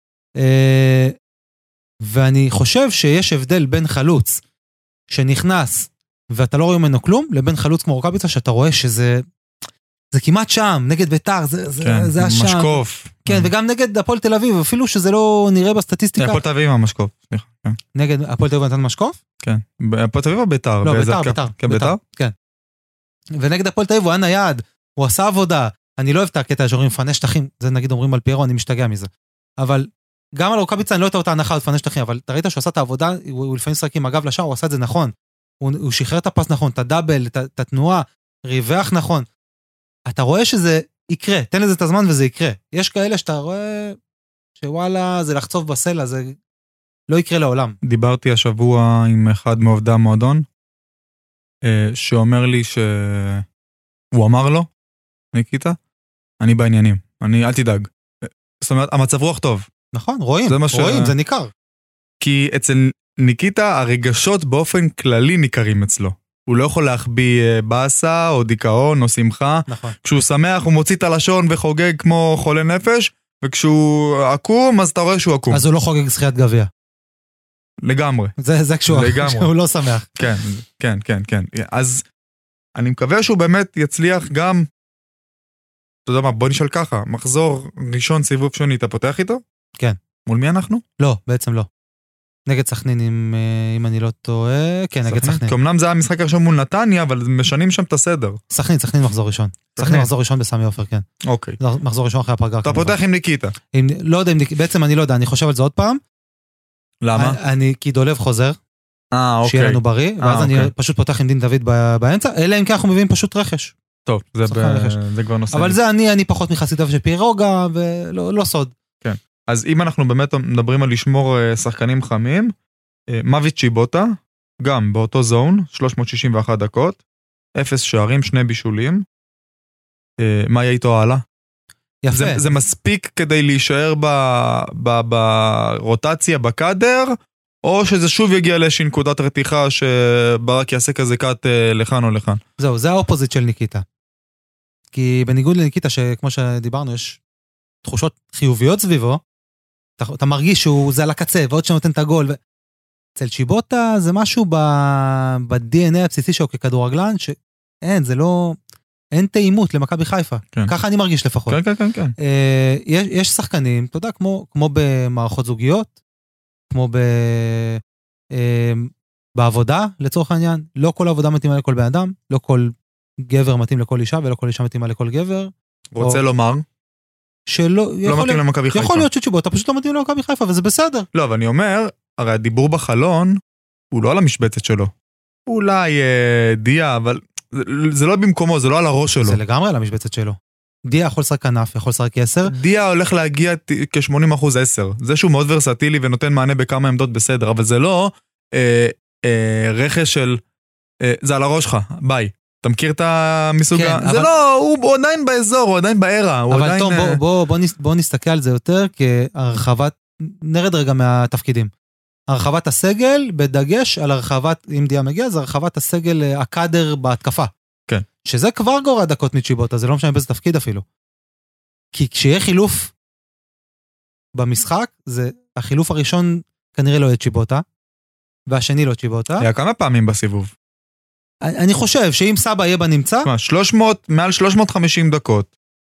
אה, ואני חושב שיש הבדל בין חלוץ שנכנס ואתה לא רואה ממנו כלום, לבין חלוץ כמו רוקאביצה שאתה רואה שזה זה כמעט שם, נגד ביתר, זה, זה, כן, זה השם. משקוף. כן, וגם נגד הפועל תל אביב, אפילו שזה לא נראה בסטטיסטיקה. הפועל תל אביב המשקוף, סליחה. כן. נגד הפועל תל אביב נתן משקוף? כן. הפועל תל אביב או ביתר? לא, ביתר, ביתר. כן, ביתר? כן. ונגד הפועל תל אביב הוא היה נייד, הוא עשה עבודה. אני לא אוהב את הקטע שאומרים פנה שטחים, זה נגיד אומרים על פיירו, אני משתגע מזה. אבל גם על רוקאביצה אני לא אוהב אותה הנחה על פנה שטחים, אבל אתה ראית שהוא עשה את העבודה, הוא, הוא לפעמים שחק עם הגב לשער, הוא עשה את זה נכון. הוא, הוא שחרר את הפס נכון, את הדאבל, את, את התנועה, ריווח נכון. אתה רואה שזה יקרה, תן לזה את הזמן וזה יקרה. יש כאלה שאתה רואה שוואלה, זה לחצוב בסלע, זה לא יקרה לעולם. דיברתי השבוע עם אחד מעובדי המועדון, שאומר לי שהוא אמר לו, ניקיטה, אני בעניינים, אני אל תדאג. זאת אומרת, המצב רוח טוב. נכון, רואים, רואים, זה ניכר. כי אצל ניקיטה הרגשות באופן כללי ניכרים אצלו. הוא לא יכול להחביא באסה או דיכאון או שמחה. נכון. כשהוא שמח הוא מוציא את הלשון וחוגג כמו חולה נפש, וכשהוא עקום אז אתה רואה שהוא עקום. אז הוא לא חוגג זכיית גביע. לגמרי. זה, זה כשהוא, כשהוא לא שמח. כן, כן, כן, כן. אז אני מקווה שהוא באמת יצליח גם, אתה יודע מה, בוא נשאל ככה, מחזור ראשון סיבוב שני, אתה פותח איתו? כן. מול מי אנחנו? לא, בעצם לא. נגד סכנין, אם, אם אני לא טועה, כן, נגד סכנין. כי אמנם זה היה המשחק הראשון מול נתניה, אבל משנים שם את הסדר. סכנין, סכנין מחזור ראשון. סכנין מחזור ראשון בסמי עופר, כן. אוקיי. מחזור ראשון אחרי הפגרה. אתה פותח עם ניקיטה. לא יודע, בעצם אני לא יודע, אני חושב על זה עוד פעם. למה? אני, כי דולב חוזר. אה, אוקיי. שיהיה לנו בריא, ואז אני פשוט פותח עם דין דוד באמצע, אלא אם כן אנחנו מביאים פשוט רכש. טוב, זה כבר נושא. אבל זה אני, אני פחות מחסידיו של פיירוגה, ולא סוד. כן. אז אם אנחנו באמת מדברים על לשמור שחקנים חמים, מוות צ'יבוטה, גם באותו זון, שלוש מאות שישים ואחת דקות, אפס שערים, שני בישולים. מה יהיה איתו הלאה? יפה. זה, זה מספיק כדי להישאר ב, ב, ברוטציה, בקאדר, או שזה שוב יגיע לאיזושהי נקודת רתיחה שברק יעשה כזה קאט לכאן או לכאן? זהו, זה האופוזיט של ניקיטה. כי בניגוד לניקיטה, שכמו שדיברנו, יש תחושות חיוביות סביבו, אתה, אתה מרגיש שהוא זה על הקצה, ועוד שנותן את הגול, ו... אצל צ'יבוטה זה משהו ב-די אן איי הבסיסי שלו ככדורגלן, שאין, זה לא, אין תאימות למכבי חיפה. כן. ככה אני מרגיש לפחות. כן, כן, כן, כן. אה, יש, יש שחקנים, אתה יודע, כמו, כמו במערכות זוגיות, כמו ב, אה, בעבודה, לצורך העניין, לא כל עבודה מתאימה לכל בן אדם, לא כל גבר מתאים לכל אישה, ולא כל אישה מתאימה לכל גבר. רוצה או... לומר? שלא, לא מתאים להיות, למכבי חיפה. יכול להיות שצ'יבוטה פשוט לא מתאים למכבי חיפה, וזה בסדר. לא, אבל אני אומר, הרי הדיבור בחלון הוא לא על המשבצת שלו. אולי אה, דיה, אבל זה, זה לא במקומו, זה לא על הראש שלו. זה לגמרי על המשבצת שלו. דיה יכול לשחק כנף, יכול לשחק עשר. דיה הולך להגיע כ-שמונים אחוז עשר. זה שהוא מאוד ורסטילי ונותן מענה בכמה עמדות בסדר, אבל זה לא אה, אה, רכש של, אה, זה על הראש שלך, ביי. אתה מכיר את המסוג? כן, זה אבל... לא, הוא עדיין באזור, הוא עדיין בערה. אבל עדיין... טוב, בוא, בוא, בוא, נס, בוא נסתכל על זה יותר כהרחבת, נרד רגע מהתפקידים. הרחבת הסגל, בדגש על הרחבת, אם דיה מגיע, זה הרחבת הסגל הקאדר בהתקפה. כן. שזה כבר גורע דקות מצ'יבוטה, זה לא משנה באיזה תפקיד אפילו. כי כשיהיה חילוף במשחק, זה החילוף הראשון כנראה לא יהיה צ'יבוטה, והשני לא צ'יבוטה. היה כמה פעמים בסיבוב. אני חושב שאם סבא יהיה בנמצא... שלוש מאות, מעל שלוש מאות וחמישים דקות,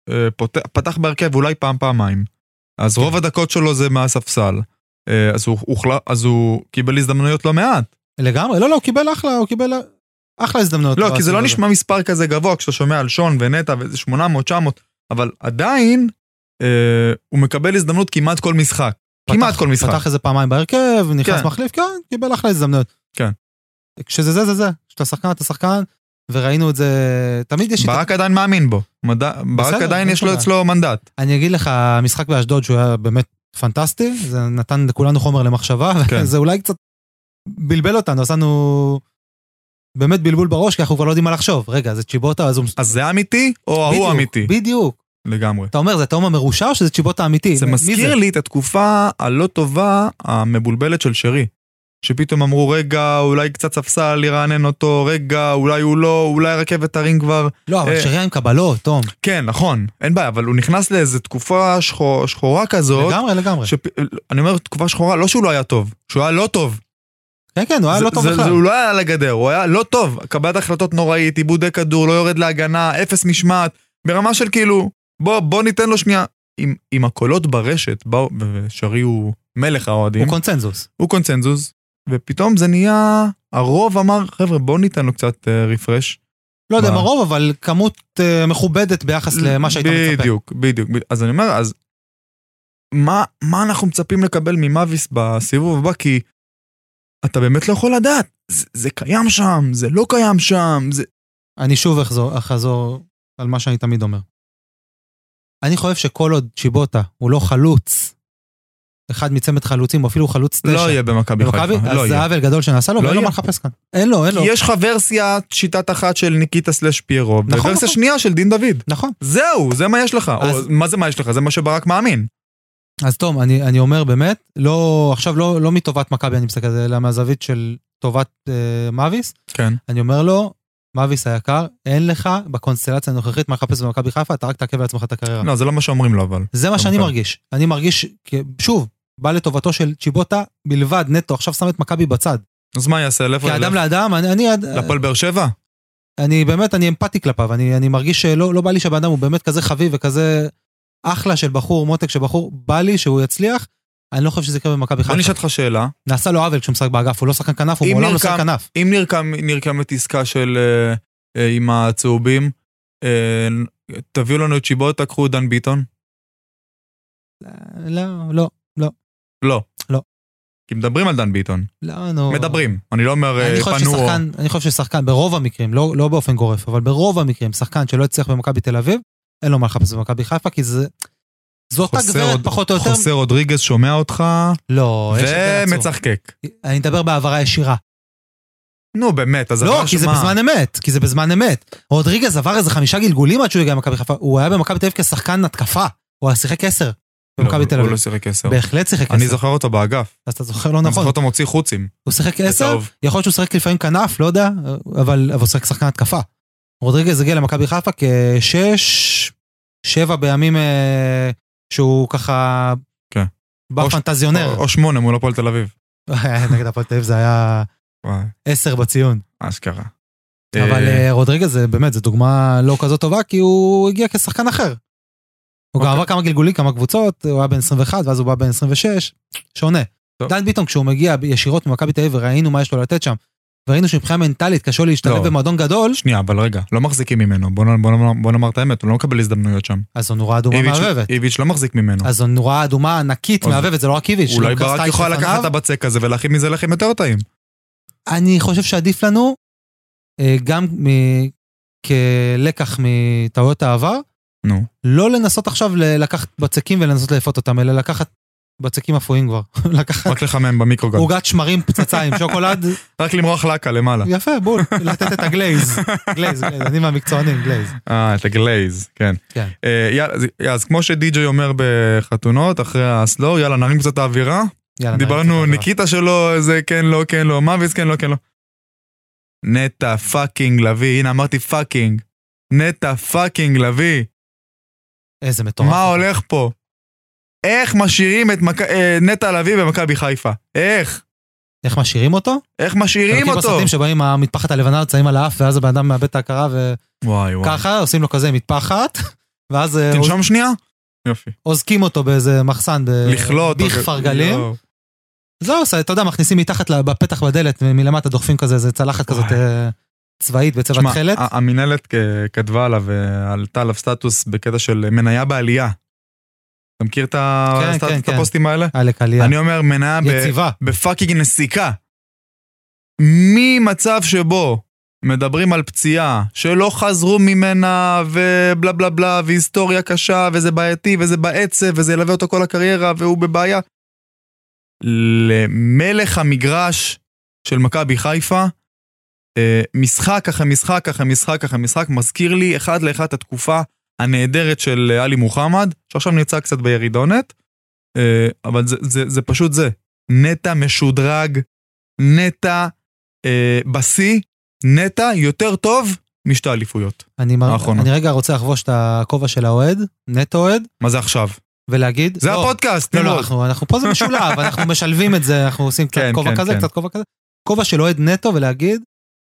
פתח בהרכב אולי פעם פעמיים. אז רוב הדקות שלו זה מהספסל. אז הוא, אז הוא קיבל הזדמנויות לא מעט. לגמרי, לא, לא, הוא קיבל אחלה, הוא קיבל אחלה הזדמנויות. לא, כי זה לא נשמע מספר כזה גבוה, כשאתה שומע על שון ונטה וזה שמונה מאות, תשע מאות, אבל עדיין אה, הוא מקבל הזדמנות כמעט כל משחק. פתח, כמעט כל משחק. פתח איזה פעמיים בהרכב, נכנס כן. מחליף, כן, קיבל אחלה הזדמנויות. כן. כשזה זה, זה, זה, כשאתה שחקן, אתה שחקן, וראינו את זה, תמיד יש... ברק עדיין מאמין בו. מדע, ברק עדיין יש לו אצלו מנדט. אני אגיד לך, המשחק באשדוד שהוא היה באמת פנטסטי, זה נתן לכולנו חומר למחשבה, כן. וזה אולי קצת בלבל אותנו, עשינו באמת בלבול בראש, כי אנחנו כבר לא יודעים מה לחשוב. רגע, זה צ'יבוטה, אז הוא... אז זה אמיתי, או ההוא אמיתי? בדיוק. לגמרי. אתה אומר, זה תאום המרושע, או שזה צ'יבוטה אמיתי? זה מזכיר לי את התקופה הלא טובה, המבולבלת של שרי. שפתאום אמרו, רגע, אולי קצת ספסל ירענן אותו, רגע, אולי הוא לא, אולי רכבת הרים כבר... לא, אבל שרי עם קבלות, תום. כן, נכון, אין בעיה, אבל הוא נכנס לאיזו תקופה שחור, שחורה כזאת... לגמרי, לגמרי. שפ... אני אומר, תקופה שחורה, לא שהוא לא היה טוב, שהוא היה לא טוב. כן, כן, הוא היה זה, לא טוב זה, בכלל. זה, הוא לא היה על הגדר, הוא היה לא טוב. קבלת החלטות נוראית, עיבודי כדור, לא יורד להגנה, אפס משמעת, ברמה של כאילו, בוא, בוא ניתן לו שנייה... עם, עם הקולות ברשת, בוא, ושרי הוא מלך האוהדים. הוא קונצנזוס. הוא קונצנזוס. ופתאום זה נהיה, הרוב אמר, חבר'ה, בואו ניתן לו קצת רפרש. לא יודע, הרוב, אבל כמות uh, מכובדת ביחס למה שהיית מצפה. בדיוק, בדיוק. אז אני אומר, אז מה, מה אנחנו מצפים לקבל ממאביס בסיבוב הבא? כי אתה באמת לא יכול לדעת. זה, זה קיים שם, זה לא קיים שם. זה... אני שוב אחזור, אחזור על מה שאני תמיד אומר. אני חושב שכל עוד צ'יבוטה הוא לא חלוץ, אחד מצמד חלוצים, או אפילו חלוץ תשע. לא יהיה במכבי חיפה. אז זה עוול גדול שנעשה לו, ואין לו מה לחפש כאן. אין לו, אין לו. כי יש לך ורסיה שיטת אחת של ניקיטה סלש פיירו, וורסיה שנייה של דין דוד. נכון. זהו, זה מה יש לך. מה זה מה יש לך? זה מה שברק מאמין. אז טוב, אני אומר באמת, עכשיו לא מטובת מכבי, אני מסתכל, אלא מהזווית של טובת מאביס. כן. אני אומר לו, מאביס היקר, אין לך בקונסטלציה הנוכחית מה לחפש במכבי חיפה, אתה רק תעכב לעצמך את הקריירה. לא, זה לא מה שאומרים לו, אבל. זה מה שאני מרגיש. אני מרגיש, שוב, בא לטובתו של צ'יבוטה בלבד, נטו, עכשיו שם את מכבי בצד. אז מה יעשה? לאיפה ילך? כאדם לאדם, אני... לפועל באר שבע? אני באמת, אני אמפתי כלפיו, אני, אני מרגיש שלא לא בא לי שהבן אדם הוא באמת כזה חביב וכזה אחלה של בחור, מותק של בחור, בא לי שהוא יצליח, אני לא חושב שזה יקרה במכבי חיפה. בוא נשאל לך שאלה. נעשה לו עוול כשהוא משחק באגף, הוא לא שחקן כנף, הוא מעולם לא שחקן כנף. אם נרקם, נרקמת עסקה של, אה, עם הצהובים, אה, תביאו לנו את שיבוטה, קחו דן ביטון? לא, לא, לא. לא. לא. כי מדברים על דן ביטון. לא, נו. מדברים. אני לא אומר פנו. אני חושב ששחקן, ברוב המקרים, לא, לא באופן גורף, אבל ברוב המקרים, שחקן שלא יצליח במכבי תל אביב, אין לו מה לחפש במכבי חיפה, כי זה, זו אותה גברת פחות או יותר. חוסה רודריגז שומע אותך. לא, ומצחקק. אני מדבר בעברה ישירה. נו, באמת, אז לא, כי זה בזמן אמת, כי זה בזמן אמת. רודריגז עבר איזה חמישה גלגולים עד שהוא הגיע במכבי חיפה, הוא היה במכבי תל אביב כשחקן התקפה, הוא היה שיחק עשר. במכבי תל אביב. הוא לא שיחק עשר. בהחלט שיחק עשר. אני זוכר אותו באגף. אז אתה זוכר לא נכון. אני זוכר אותו מוציא חוצים. הוא שיחק עשר, יכול להיות שהוא שיחק לפעמים כנף, לא יודע, אבל הוא שיחק שחקן התקפה. רודריגז הגיע למכבי חיפה כשש, שבע בימים שהוא ככה בא פנטזיונר. או שמונה מול הפועל תל אביב. נגד הפועל תל אביב זה היה עשר בציון. אשכרה. אבל רודריגז זה באמת, זו דוגמה לא כזאת טובה, כי הוא הגיע כשחקן אחר. הוא גם עבר כמה גלגולים, כמה קבוצות, הוא היה בין עשרים ואחת, ואז הוא בא בין עשרים ושש, שונה. דן ביטון, כשהוא מגיע ישירות ממכבי תל אביב, וראינו מה יש לו לתת שם, וראינו שמבחינה מנטלית קשה להשתלב במועדון גדול. שנייה, אבל רגע, לא מחזיקים ממנו, בוא נאמר את האמת, הוא לא מקבל הזדמנויות שם. אז זו נורה אדומה מערבבת. איביץ' לא מחזיק ממנו. אז זו נורה אדומה ענקית מערבבת, זה לא רק איביץ'. אולי ברק יוכל לקחת את הבצק הזה ולהכין מזה לחם יותר טעים. אני חושב שעדיף לנו, גם כלקח מטעויות העבר, נו. לא לנסות עכשיו לקחת בצקים ולנסות לאפות אותם, אלא לקחת בצקים אפויים כבר. רק לחמם במיקרוגל. עוגת שמרים פצצה עם שוקולד. רק למרוח לקה למעלה. יפה, בול, לתת את הגלייז. גלייז, גלייז, אני מהמקצוענים, גלייז. אה, את הגלייז, כן. כן. אז כמו שדי-ג'יי אומר בחתונות, אחרי הסלור, יאללה, נרים קצת האווירה. דיברנו ניקיטה שלו, זה כן, לא, כן, לא, מביס, כן, לא, כן, לא. נטע פאקינג לוי, הנה אמרתי פאקינג. נטע פאקינג לוי. איזה מטורף. מה הולך פה? איך משאירים את מק... נטע לוי במכבי חיפה? איך? איך משאירים אותו? איך משאירים אותו? בסרטים שבאים המטפחת הלבנה, יוצאים על האף, ואז הבן אדם מאבד את ההכרה, וככה עושים לו כזה מטפחת, ואז... תנשום שנייה? יופי. עוזקים אותו באיזה מחסן, בכפר גלים. זהו, אתה יודע, מכניסים מתחת בפתח בדלת, ומלמטה דוחפים כזה, זה צלחת כזאת צבאית בצבע תכלת. המנהלת כתבה עליו, עלתה עליו סטטוס בקטע של מניה בעלייה. אתה מכיר את הפוסטים האלה? עלק עלייה. אני אומר, מניה בפאקינג נסיקה. ממצב שבו מדברים על פציעה, שלא חזרו ממנה, ובלה בלה בלה, והיסטוריה קשה, וזה בעייתי, וזה בעצב, וזה ילווה אותו כל הקריירה, והוא בבעיה. למלך המגרש של מכבי חיפה, משחק אחרי משחק אחרי משחק אחרי משחק, מזכיר לי אחד לאחד את התקופה הנהדרת של עלי מוחמד, שעכשיו נמצא קצת בירידונת, אבל זה, זה, זה פשוט זה. נטע משודרג, נטע בסי, נטע יותר טוב משתי אליפויות. אני, מר... אני רגע רוצה לחבוש את הכובע של האוהד, נטע אוהד. מה זה עכשיו? ולהגיד... זה לא, הפודקאסט. לא, לא, אנחנו, אנחנו פה זה משולב, אנחנו משלבים את זה, אנחנו עושים קצת כן, כובע כן, כזה, כן. קצת כובע כזה. כובע של אוהד נטו ולהגיד,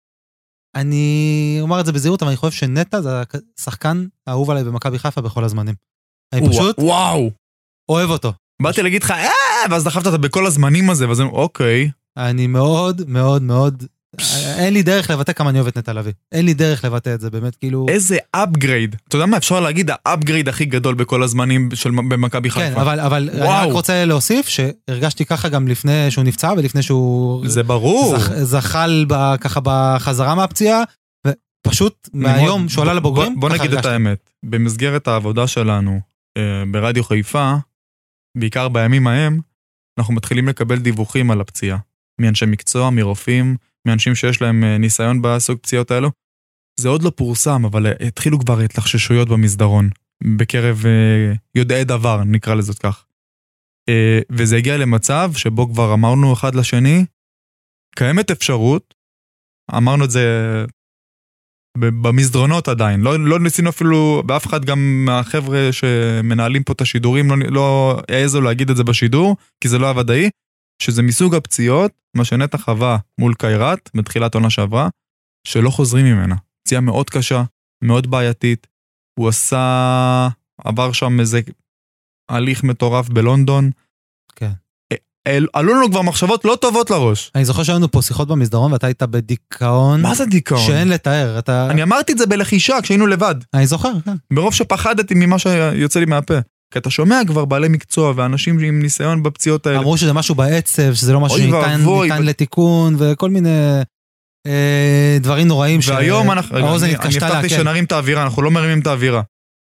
אני אומר את זה בזהירות, אבל אני חושב שנטע זה השחקן האהוב עליי במכבי חיפה בכל הזמנים. אני פשוט... וואו! אוהב אותו. באתי להגיד לך, אה, ואז דחפת אותה בכל הזמנים הזה, ואז אוקיי. אני מאוד, מאוד, מאוד... אין לי דרך לבטא כמה אני אוהב את נטע לביא. אין לי דרך לבטא את זה, באמת, כאילו... איזה אפגרייד. אתה יודע מה, אפשר להגיד, האפגרייד הכי גדול בכל הזמנים של במכבי חיפה. כן, אבל, אבל אני רק רוצה להוסיף, שהרגשתי ככה גם לפני שהוא נפצע, ולפני שהוא... זה ברור. זח, זחל ב, ככה בחזרה מהפציעה, ופשוט מהיום שהוא עלה לבוגרים... בוא, בוא נגיד הרגשתי. את האמת. במסגרת העבודה שלנו, ברדיו חיפה, בעיקר בימים ההם, אנחנו מתחילים לקבל דיווחים על הפציעה. מאנשי מקצוע, מרופאים, מאנשים שיש להם ניסיון בסוג פציעות האלו. זה עוד לא פורסם, אבל התחילו כבר התלחששויות במסדרון, בקרב יודעי דבר, נקרא לזאת כך. וזה הגיע למצב שבו כבר אמרנו אחד לשני, קיימת אפשרות, אמרנו את זה במסדרונות עדיין, לא, לא ניסינו אפילו, באף אחד גם מהחבר'ה שמנהלים פה את השידורים, לא, לא העזו להגיד את זה בשידור, כי זה לא היה ודאי, שזה מסוג הפציעות, מה שנטע חווה מול קיירת, בתחילת עונה שעברה, שלא חוזרים ממנה. פציעה מאוד קשה, מאוד בעייתית, הוא עשה, עבר שם איזה הליך מטורף בלונדון, כן. עלו לנו כבר מחשבות לא טובות לראש. אני זוכר שהיינו פה שיחות במסדרון, ואתה היית בדיכאון. מה זה דיכאון? שאין לתאר. אתה... אני אמרתי את זה בלחישה, כשהיינו לבד. אני זוכר, כן. ברוב שפחדתי ממה שיוצא לי מהפה. כי אתה שומע כבר בעלי מקצוע, ואנשים עם ניסיון בפציעות האלה. אמרו שזה משהו בעצב, שזה לא משהו שניתן ניתן לתיקון, וכל מיני אה, דברים נוראים. והיום אנחנו, רגע, אני, אני הבטחתי שנרים את האווירה, אנחנו לא מרימים את האווירה.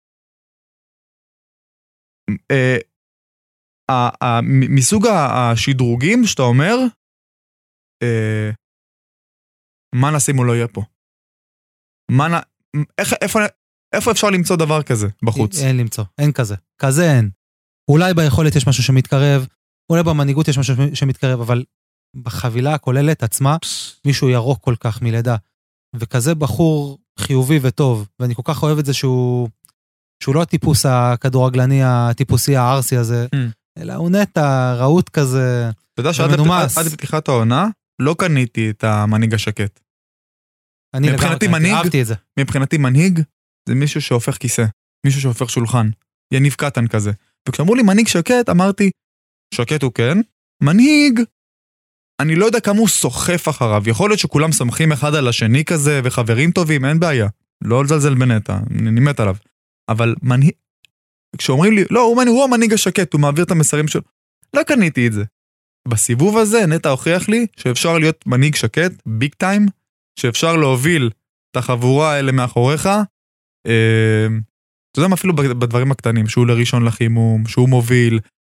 אה, אה, אה, מסוג השדרוגים שאתה אומר, אה, מה נשים הוא לא יהיה פה? מה נ... איך, איפה... איפה אפשר למצוא דבר כזה בחוץ? אין למצוא, אין כזה. כזה אין. אולי ביכולת יש משהו שמתקרב, אולי במנהיגות יש משהו שמתקרב, אבל בחבילה הכוללת עצמה, מישהו ירוק כל כך מלידה. וכזה בחור חיובי וטוב, ואני כל כך אוהב את זה שהוא, שהוא לא הטיפוס הכדורגלני, הטיפוסי הארסי הזה, אלא הוא נטע, רעות כזה, אתה יודע שעד בפתיחת העונה, לא קניתי את המנהיג השקט. אני לגמרי, אהבתי את זה. מבחינתי מנהיג, זה מישהו שהופך כיסא, מישהו שהופך שולחן, יניב קטן כזה. וכשאמרו לי מנהיג שקט, אמרתי, שקט הוא כן, מנהיג, אני לא יודע כמה הוא סוחף אחריו, יכול להיות שכולם סומכים אחד על השני כזה, וחברים טובים, אין בעיה, לא לזלזל בנטע, אני מת עליו. אבל מנהיג, כשאומרים לי, לא, הוא, הוא המנהיג השקט, הוא מעביר את המסרים שלו, לא קניתי את זה. בסיבוב הזה, נטע הוכיח לי, שאפשר להיות מנהיג שקט, ביג טיים, שאפשר להוביל את החבורה האלה מאחוריך, אתה יודע מה, אפילו בדברים הקטנים, שהוא לראשון לחימום, שהוא מוביל,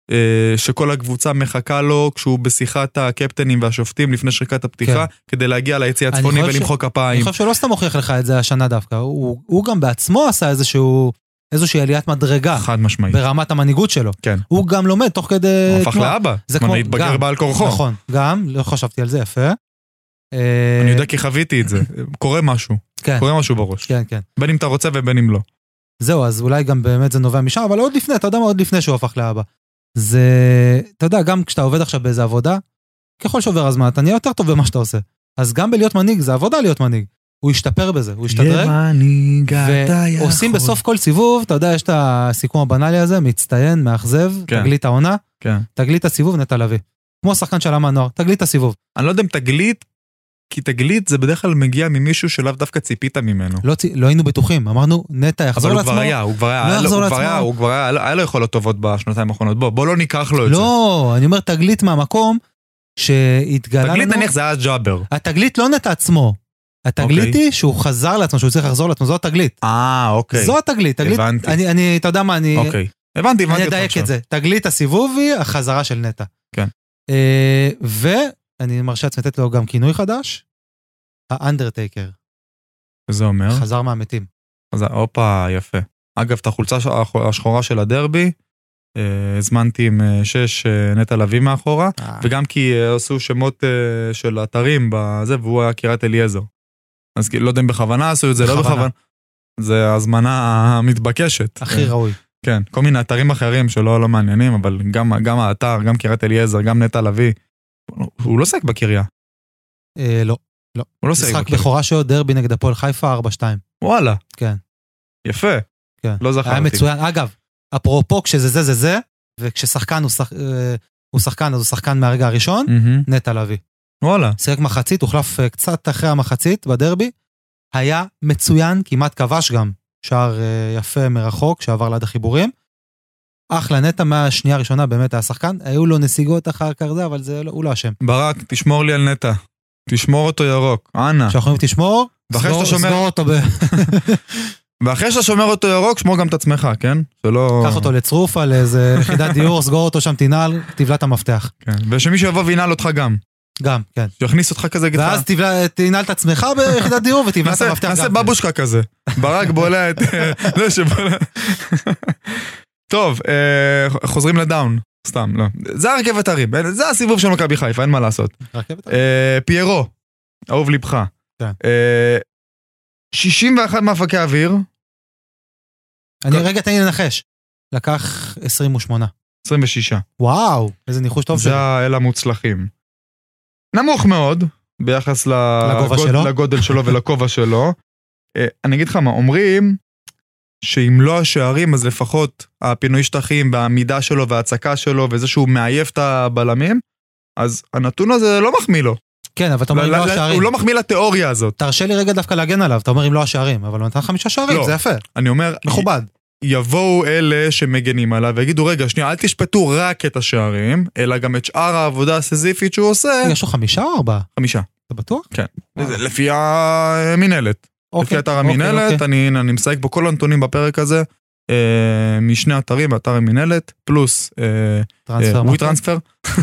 שכל הקבוצה מחכה לו כשהוא בשיחת הקפטנים והשופטים לפני שריקת הפתיחה, כדי להגיע ליציע הצפוני ולמחוא כפיים. אני חושב שלא סתם מוכיח לך את זה השנה דווקא, הוא גם בעצמו עשה איזשהו... איזושהי עליית מדרגה. חד משמעית. ברמת המנהיגות שלו. כן. הוא גם לומד תוך כדי... הוא הפך לאבא. זה כמו... להתבגר בעל כורחו. נכון. גם, לא חשבתי על זה, יפה. אני יודע כי חוויתי את זה. קורה משהו. כן. קורה משהו בראש. כן, כן. בין אם אתה רוצה ובין אם לא. זהו, אז אולי גם באמת זה נובע משם, אבל עוד לפני, אתה יודע מה, עוד לפני שהוא הפך לאבא. זה... אתה יודע, גם כשאתה עובד עכשיו באיזה עבודה, ככל שעובר הזמן, אתה נהיה יותר טוב במה שאתה עושה. אז גם בלהיות מנהיג, זה עבודה להיות מנהיג. הוא ישתפר בזה, הוא ישתדרג, ועושים בסוף כל סיבוב, אתה יודע, יש את הסיכום הבנאלי הזה, מצטיין, מאכזב, תגלית העונה, תגלית הסיבוב, נטע לביא. כמו שחקן של עם הנוער, תגלית הסיבוב. אני לא יודע אם תגלית, כי תגלית זה בדרך כלל מגיע ממישהו שלאו דווקא ציפית ממנו. לא היינו בטוחים, אמרנו, נטע יחזור לעצמו. אבל הוא כבר היה, הוא כבר היה, היה לו יכולות טובות בשנתיים האחרונות, בוא, בוא לא ניקח לו את זה. לא, אני אומר תגלית מהמקום שהתגלה לנו. תגלית נניח זה היה ג'אבר. התגלית לא נטע עצמו. התגלית היא שהוא חזר לעצמו, שהוא צריך לחזור לעצמו, זו התגלית. אה, אוקיי. זו התגלית. הבנתי. אני, אני, אתה יודע מה, אני... אוקיי. הבנתי, הבנתי. אני אדייק את זה. תגלית הסיבוב היא החזרה של נטע. כן. ואני מרשה לעצמי לתת לו גם כינוי חדש, האנדרטייקר. זה אומר? חזר מהמתים. אופה, יפה. אגב, את החולצה השחורה של הדרבי, הזמנתי עם שש נטע לביא מאחורה, וגם כי עשו שמות של אתרים בזה, והוא היה קירת אליעזר. אז לא יודע אם בכוונה עשו את זה, לא בכוונה. זה הזמנה המתבקשת. הכי ראוי. כן, כל מיני אתרים אחרים שלא לא מעניינים, אבל גם, גם האתר, גם קירת אליעזר, גם נטע לביא, הוא לא סייק בקריה. לא, לא. הוא לא סייק בקריה. משחק בכורה שלו דרבי נגד הפועל חיפה ארבע שתיים. וואלה. כן. יפה. כן. לא זכרתי. היה מצוין. אגב, אפרופו כשזה זה זה זה, וכששחקן הוא, שח... הוא שחקן, אז הוא שחקן מהרגע הראשון, mm-hmm. נטע לביא. וואלה. שיחק מחצית, הוחלף קצת אחרי המחצית בדרבי, היה מצוין, כמעט כבש גם, שער יפה מרחוק, שעבר ליד החיבורים. אחלה נטע מהשנייה הראשונה, באמת היה שחקן, היו לו נסיגות אחר כך זה, אבל זה, הוא לא אשם. ברק, תשמור לי על נטע. תשמור אותו ירוק, אנא. שאנחנו אומרים תשמור, סגור, שומר... סגור אותו ב... ואחרי שאתה שומר אותו ירוק, שמור גם את עצמך, כן? שלא... קח אותו לצרופה, לאיזה יחידת דיור, סגור אותו שם, תנעל, תבלע את המפתח. כן, ושמי שיבוא וינעל אותך גם. גם, כן. שיכניס אותך כזה גיטרה. ואז תנעל את עצמך ביחידת דיור, ותבלע את המפתח גם. נעשה בבושקה כזה. ברק בולע את... זה שבולע... טוב, חוזרים לדאון. סתם, לא. זה הרכבת הרים, זה הסיבוב של מכבי חיפה, אין מה לעשות. רכבת הרים. פיירו, אהוב לבך. כן. שישים ואחת מאבקי אוויר. אני רגע תן לי לנחש. לקח עשרים ושמונה. עשרים ושש. וואו, איזה ניחוש טוב שלו. זה האלה המוצלחים. נמוך מאוד, ביחס לגודל שלו ולכובע שלו. אני אגיד לך מה, אומרים שאם לא השערים, אז לפחות הפינוי שטחים והעמידה שלו וההצקה שלו, וזה שהוא מעייף את הבלמים, אז הנתון הזה לא מחמיא לו. כן, אבל אתה אומר אם לא השערים. הוא לא מחמיא לתיאוריה הזאת. תרשה לי רגע דווקא להגן עליו, אתה אומר אם לא השערים, אבל הוא נתן חמישה שערים, זה יפה. אני אומר, מכובד. יבואו אלה שמגנים עליו, ויגידו, רגע, שנייה, אל תשפטו רק את השערים, אלא גם את שאר העבודה הסזיפית שהוא עושה. יש לו חמישה או ארבעה? חמישה. אתה בטוח? כן. לפי המנהלת. לפי אתר המנהלת, אני מסייג פה כל הנתונים בפרק הזה, משני אתרים, אתר המנהלת, פלוס ווי טרנספר.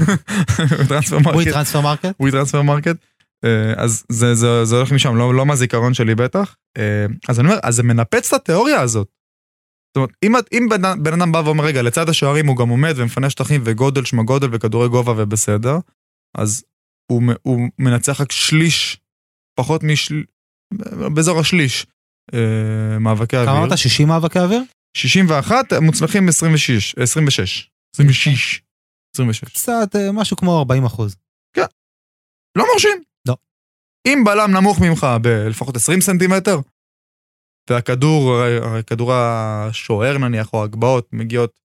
ווי טרנספר מרקט. ווי טרנספר מרקט. אז זה הולך משם, לא מהזיכרון שלי בטח. אז אני אומר, אז זה מנפץ את התיאוריה הזאת. זאת אומרת, אם בן אדם בא ואומר, רגע, לצד השערים הוא גם עומד ומפנה שטחים וגודל, שמה גודל וכדורי גובה ובסדר, אז הוא מנצח רק שליש, פחות משל... באזור השליש מאבקי אוויר. כמה אמרת? שישים מאבקי אוויר? שישים ואחת, מוצלחים עשרים ושש. עשרים ושש. עשרים ושש. עשרים ושש. קצת משהו כמו ארבעים אחוז. כן. לא מרשים. לא. אם בלם נמוך ממך בלפחות עשרים סנטימטר, והכדור, הכדור השוער נניח, או הגבעות, מגיעות...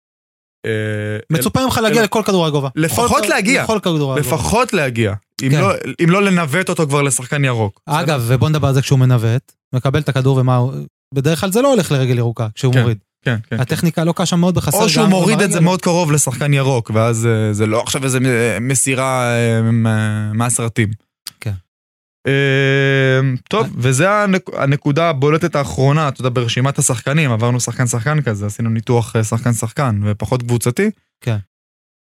מצופה ממך להגיע לכל כדור הגובה. לפחות להגיע. לפחות להגיע. אם לא לנווט אותו כבר לשחקן ירוק. אגב, ובוא נדבר על זה כשהוא מנווט, מקבל את הכדור ומה הוא... בדרך כלל זה לא הולך לרגל ירוקה, כשהוא מוריד. כן, כן. הטכניקה לא קשה מאוד בחסר. או שהוא מוריד את זה מאוד קרוב לשחקן ירוק, ואז זה לא עכשיו איזה מסירה מהסרטים. כן. טוב, וזה הנקודה הבולטת האחרונה, אתה יודע, ברשימת השחקנים, עברנו שחקן-שחקן כזה, עשינו ניתוח שחקן-שחקן, ופחות קבוצתי. כן.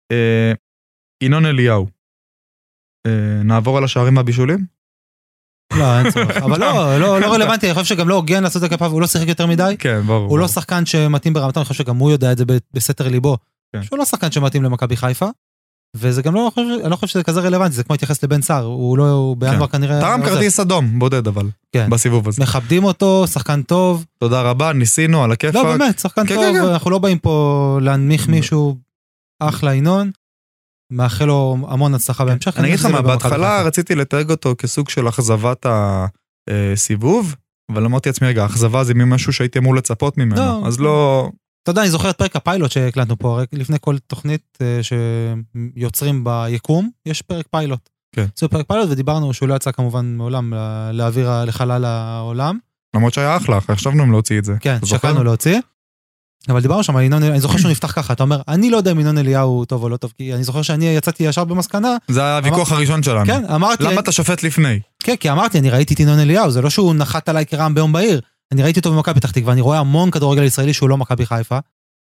ינון אליהו. נעבור על השערים והבישולים? לא, אין צורך. אבל לא, לא רלוונטי, אני חושב שגם לא הוגן לעשות את הכפיו, הוא לא שיחק יותר מדי. כן, ברור. הוא לא שחקן שמתאים ברמתו, אני חושב שגם הוא יודע את זה בסתר ליבו. שהוא לא שחקן שמתאים למכבי חיפה. וזה גם לא, אני לא חושב שזה כזה רלוונטי, זה כמו להתייחס לבן סער, הוא לא, בינואר כנראה... תרם כרטיס אדום, בודד אבל, בסיבוב הזה. מכבדים אותו, שחקן טוב. תודה רבה, ניסינו על הכיפק. לא, באמת, שחקן טוב, אנחנו לא באים פה להנמיך מישהו אחלה ינון, מאחל לו המון הצלחה בהמשך. אני אגיד לך מה, בהתחלה רציתי לתייג אותו כסוג של אכזבת הסיבוב, אבל אמרתי לעצמי, רגע, אכזבה זה ממשהו שהייתי אמור לצפות ממנו, אז לא... אתה יודע, אני זוכר את פרק הפיילוט שהקלטנו פה, לפני כל תוכנית שיוצרים ביקום, יש פרק פיילוט. כן. זה פרק פיילוט, ודיברנו שהוא לא יצא כמובן מעולם להעביר לחלל העולם. למרות שהיה אחלה, חשבנו אם להוציא את זה. כן, שקלנו להוציא. אבל דיברנו שם, אני זוכר שהוא נפתח ככה, אתה אומר, אני לא יודע אם ינון אליהו טוב או לא טוב, כי אני זוכר שאני יצאתי ישר במסקנה. זה הוויכוח הראשון שלנו. כן, אמרתי... למה אתה שופט לפני? כן, כי אמרתי, אני ראיתי את ינון אליהו, זה לא שהוא נחת עליי כרעם ביום בהיר. אני ראיתי אותו במכבי פתח תקווה, ואני רואה המון כדורגל ישראלי שהוא לא מכבי חיפה,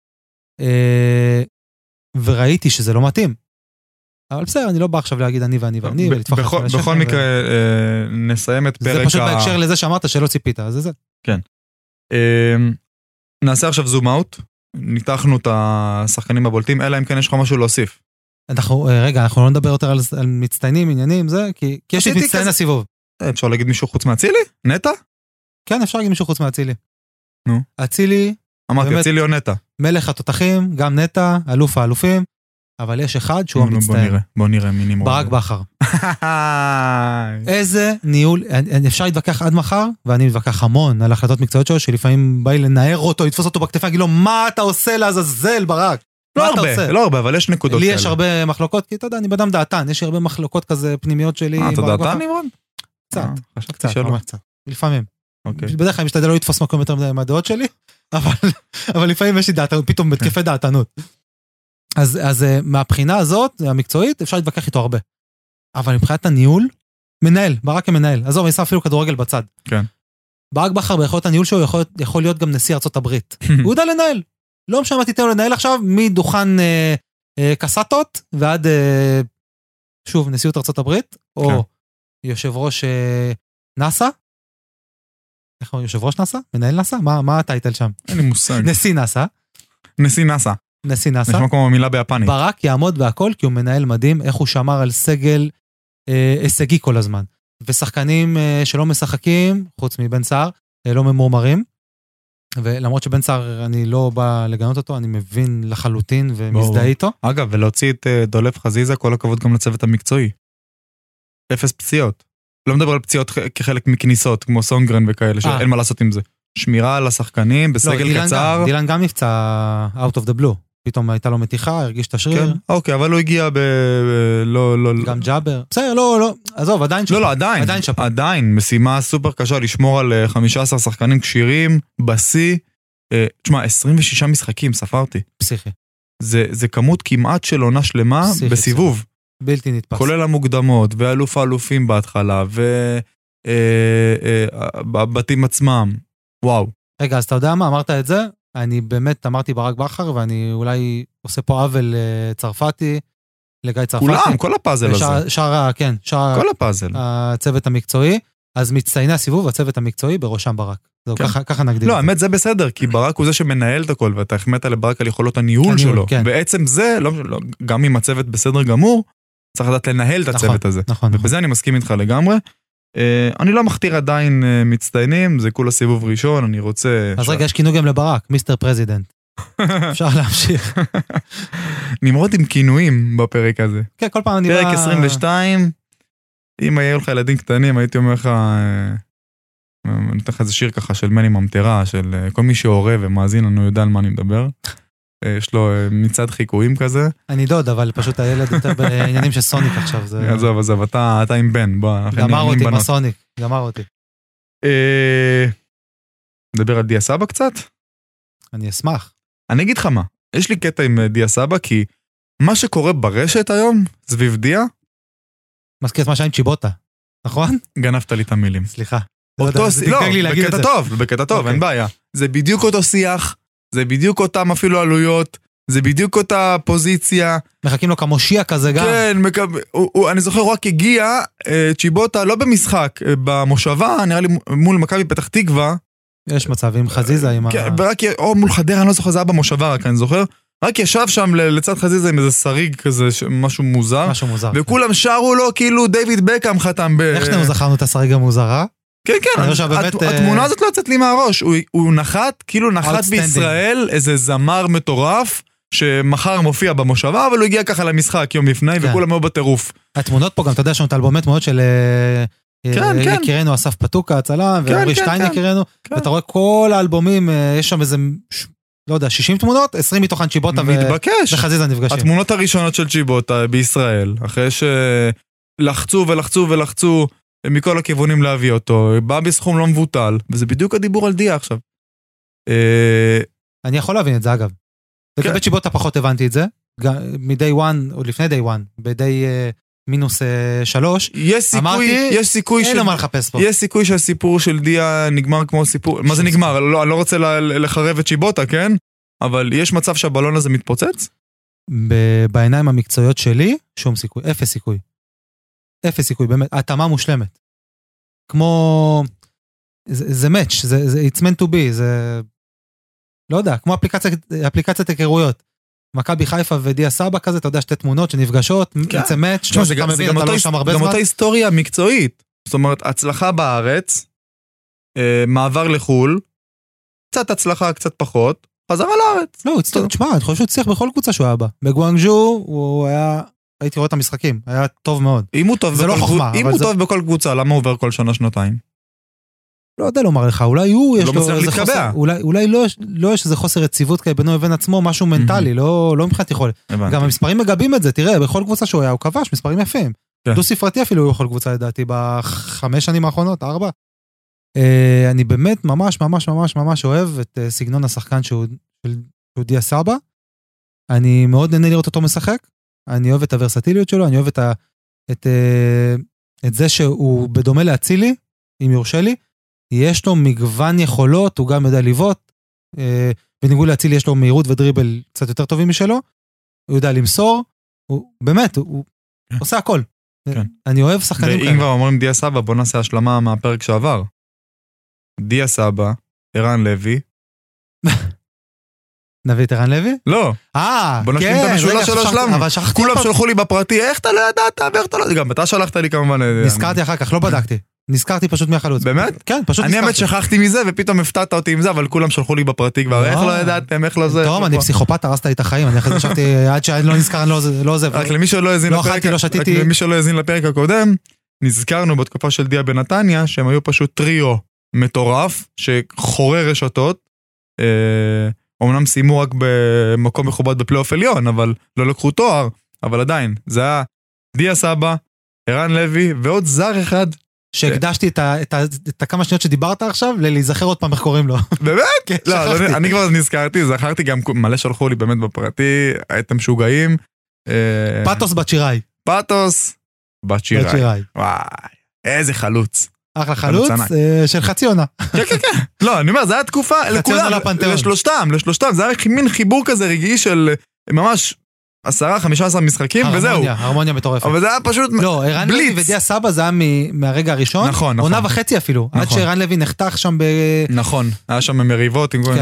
וראיתי שזה לא מתאים. אבל בסדר, אני לא בא עכשיו להגיד אני ואני ואני, בכל מקרה, נסיים את פרק ה... זה פשוט בהקשר לזה שאמרת שלא ציפית, אז זה זה. כן. נעשה עכשיו זום אאוט, ניתחנו את השחקנים הבולטים, אלא אם כן יש לך משהו להוסיף. אנחנו, רגע, אנחנו לא נדבר יותר על מצטיינים, עניינים, זה, כי יש לי מצטיין הסיבוב. אפשר להגיד מישהו חוץ מהצילי? נטע? כן, אפשר להגיד מישהו חוץ מהצילי. נו. הצילי... אמרתי, אצילי או נטע? מלך התותחים, גם נטע, אלוף האלופים, אבל יש אחד שהוא המצטיין. בוא נראה, בוא נראה מי נמרוד. ברק בכר. איזה ניהול, אפשר להתווכח עד מחר, ואני מתווכח המון על החלטות מקצועיות שלו, שלפעמים באי לנער אותו, לתפוס אותו בכתפה, להגיד לו, מה אתה עושה לעזאזל, ברק? לא הרבה, לא הרבה, אבל יש נקודות כאלה. לי יש הרבה מחלוקות, כי אתה יודע, אני בדם דעתן, יש הרבה מחלוקות כזה פנימיות שלי. אה, אתה דעתן, נמרוד? קצת, קצת, קצת, לפעמים. בדרך כלל משתדל לא לתפוס מקום יותר מהדעות שלי, אבל לפעמים יש לי דעתנות, פתאום בתקפי דעתנות. אז מהבחינה הזאת, המקצועית, אפשר להתווכח איתו הרבה. אבל מבחינת הניהול, מנהל, ברק כמנהל. עזוב, אני שם אפילו כדורגל בצד. כן. ברק בכר ביכולת הניהול שלו יכול להיות גם נשיא ארצות הברית. הוא יודע לנהל. לא משנה מה תיתן לו לנהל עכשיו, מדוכן קסטות ועד, שוב, נשיאות ארצות הברית, או יושב ראש נאסא. איך הוא יושב ראש נאסא? מנהל נאסא? מה הטייטל שם? אין לי מושג. נשיא נאסא. נשיא נאסא. נשיא נאסא. נשמע כמו המילה ביפנית. ברק יעמוד בהכל, כי הוא מנהל מדהים, איך הוא שמר על סגל אה, הישגי כל הזמן. ושחקנים אה, שלא משחקים, חוץ מבן סער, אה, לא ממורמרים. ולמרות שבן סער אני לא בא לגנות אותו, אני מבין לחלוטין ומזדהה איתו. אגב, ולהוציא את אה, דולף חזיזה, כל הכבוד גם לצוות המקצועי. אפס פציעות. לא מדבר על פציעות כחלק מכניסות, כמו סונגרן וכאלה, שאין מה לעשות עם זה. שמירה על השחקנים, בסגל קצר. דילן גם נפצע out of the blue. פתאום הייתה לו מתיחה, הרגיש את השריר. אוקיי, אבל הוא הגיע ב... גם ג'אבר. בסדר, לא, לא. עזוב, עדיין שפר. לא, לא, עדיין. עדיין. משימה סופר קשה לשמור על חמישה עשר שחקנים קשירים, בסי. תשמע, עשרים ושישה משחקים, ספרתי. פסיכי. זה כמות כמעט של עונה שלמה בסיבוב. בלתי נתפס. כולל המוקדמות, ואלוף האלופים בהתחלה, ובתים עצמם. וואו. רגע, אז אתה יודע מה? אמרת את זה? אני באמת אמרתי ברק בכר, ואני אולי עושה פה עוול צרפתי, לגיא צרפתי. כולם, כל הפאזל הזה. שער, כן, שער... כל הפאזל. הצוות המקצועי. אז מצטייני הסיבוב, הצוות המקצועי, בראשם ברק. זהו, ככה נגדיר. לא, האמת זה בסדר, כי ברק הוא זה שמנהל את הכל, ואתה החמאת לברק על יכולות הניהול שלו. בעצם זה, גם אם הצוות בסדר גמור, צריך לדעת לנהל את הצוות הזה. נכון. ובזה אני מסכים איתך לגמרי. אני לא מכתיר עדיין מצטיינים, זה כולה סיבוב ראשון, אני רוצה... אז רגע, יש כינוי גם לברק, מיסטר פרזידנט. אפשר להמשיך. נמרוד עם כינויים בפרק הזה. כן, כל פעם אני בא... פרק עשרים ושתיים, אם היו לך ילדים קטנים, הייתי אומר לך, אני אתן לך איזה שיר ככה של מני ממטרה, של כל מי שהורה ומאזין לנו יודע על מה אני מדבר. יש לו מצד חיקויים כזה. אני דוד, אבל פשוט הילד יותר בעניינים של סוניק עכשיו. עזוב, עזוב, אתה עם בן. גמר אותי עם הסוניק, גמר אותי. נדבר על דיה סבא קצת? אני אשמח. אני אגיד לך מה, יש לי קטע עם דיה סבא, כי מה שקורה ברשת היום, סביב דיה, מזכיר את מה שהיה עם צ'יבוטה, נכון? גנבת לי את המילים. סליחה. לא, בקטע טוב, בקטע טוב, אין בעיה. זה בדיוק אותו שיח, זה בדיוק אותם אפילו עלויות, זה בדיוק אותה פוזיציה. מחכים לו כמושיע כזה גם. כן, מקב... הוא, הוא, אני זוכר, הוא רק הגיע, צ'יבוטה, לא במשחק, במושבה, נראה לי מול מכבי פתח תקווה. יש מצב, עם חזיזה, עם כן, ה... ורק, או מול חדרה, אני לא זוכר, זה היה במושבה, רק אני זוכר. רק ישב שם לצד חזיזה עם איזה שריג כזה, משהו מוזר. משהו מוזר. וכולם שרו לו כאילו דיוויד בקאם חתם ב... איך שנינו זכרנו את השריג המוזר, אה? כן, כן, התמונה הזאת לא יוצאת לי מהראש. הוא נחת, כאילו נחת בישראל, איזה זמר מטורף, שמחר מופיע במושבה, אבל הוא הגיע ככה למשחק יום לפני, וכולם היו בטירוף. התמונות פה גם, אתה יודע, שאתה אלבומי תמונות של יקירנו אסף פתוקה, הצלם, ואורי שטיין יקירנו, ואתה רואה כל האלבומים, יש שם איזה, לא יודע, שישים תמונות, עשרים מתוכן צ'יבוטה וחזיזה נפגשים. התמונות הראשונות של צ'יבוטה בישראל, אחרי שלחצו ולחצו ולחצו מכל הכיוונים להביא אותו, בא בסכום לא מבוטל, וזה בדיוק הדיבור על דיה עכשיו. אני יכול להבין את זה, אגב. לגבי צ'יבוטה פחות הבנתי את זה, מ-day one, או לפני day one, ב-day מינוס שלוש, אמרתי, אין לו מה לחפש פה. יש סיכוי שהסיפור של דיה נגמר כמו סיפור, מה זה נגמר? אני לא רוצה לחרב את צ'יבוטה, כן? אבל יש מצב שהבלון הזה מתפוצץ? בעיניים המקצועיות שלי, שום סיכוי, אפס סיכוי. אפס סיכוי, באמת, התאמה מושלמת. כמו, זה match, זה it's meant to be, זה, לא יודע, כמו אפליקציית היכרויות. מכבי חיפה ודיה סבא כזה, אתה יודע, שתי תמונות שנפגשות, יצא מאץ', אתה מבין, אתה לא שם הרבה זמן. גם אותה היסטוריה מקצועית, זאת אומרת, הצלחה בארץ, מעבר לחול, קצת הצלחה, קצת פחות, חזרה לארץ. לא, תשמע, אני חושב שהוא הצליח בכל קבוצה שהוא היה בה. בגואנג'ו הוא היה, הייתי רואה את המשחקים, היה טוב מאוד. זה לא חוכמה. אם הוא טוב בכל קבוצה, למה הוא עובר כל שנה שנתיים? לא יודע לומר לך, אולי הוא יש לו איזה חוסר, אולי לא יש איזה חוסר רציבות כאלה בינו לבין עצמו, משהו מנטלי, לא מבחינת יכול. גם המספרים מגבים את זה, תראה, בכל קבוצה שהוא היה, הוא כבש, מספרים יפים. דו ספרתי אפילו הוא יכול קבוצה לדעתי, בחמש שנים האחרונות, ארבע. אני באמת ממש ממש ממש ממש אוהב את סגנון השחקן שהוא דיה סבא. אני מאוד נהנה לראות אותו משחק, אני אוהב את הוורסטיליות שלו, אני אוהב את זה שהוא בדומה להצילי, אם יורשה לי, יש לו מגוון יכולות, הוא גם יודע לבעוט, בניגוד להצילי יש לו מהירות ודריבל קצת יותר טובים משלו, הוא יודע למסור, הוא באמת, הוא עושה הכל. אני אוהב שחקנים כאלה. ואם כבר אומרים דיה סבא, בוא נעשה השלמה מהפרק שעבר. דיה סבא, ערן לוי. נביא את ערן לוי? לא. אה, בוא נשלים את המשולש של השלם. כולם שלחו לי בפרטי, איך אתה לא ידעת, ואיך אתה לא... גם אתה שלחת לי כמובן... נזכרתי אחר כך, לא בדקתי. נזכרתי פשוט מהחלוץ. באמת? כן, פשוט נזכרתי. אני האמת שכחתי מזה, ופתאום הפתעת אותי עם זה, אבל כולם שלחו לי בפרטי כבר, איך לא ידעתם, איך לא זה. טוב, אני פסיכופת, הרסת לי את החיים, אני אחרי זה חשבתי, עד שאני לא נזכר, אני לא עוזב. רק למי שלא האזין לפרק הקודם, נזכרנו בתקופה של דיה בנתניה, שהם היו פשוט טריו מטורף, שחורר רשתות, אומנם סיימו רק במקום מכובד בפלייאוף עליון, אבל לא לקחו תואר, אבל עדיין, זה היה דיה סבא, ערן לוי, ועוד זר אחד, שהקדשתי את הכמה שניות שדיברת עכשיו, להיזכר עוד פעם איך קוראים לו. באמת? לא, אני כבר נזכרתי, זכרתי גם, מלא שלחו לי באמת בפרטי, הייתם משוגעים. פאטוס בצ'יראי. פאטוס בצ'יראי. וואי, איזה חלוץ. אחלה חלוץ של חצי עונה. כן, כן, כן. לא, אני אומר, זה היה תקופה, לכולם, לשלושתם, לשלושתם, זה היה מין חיבור כזה רגעי של ממש... עשרה, חמישה עשר משחקים, וזהו. הרמוניה, הרמוניה מטורפת. אבל זה היה פשוט בליץ. לא, ערן לוי ודיה סבא זה היה מהרגע הראשון. נכון, נכון. עונה וחצי אפילו. עד שערן לוי נחתך שם ב... נכון, היה שם מריבות עם...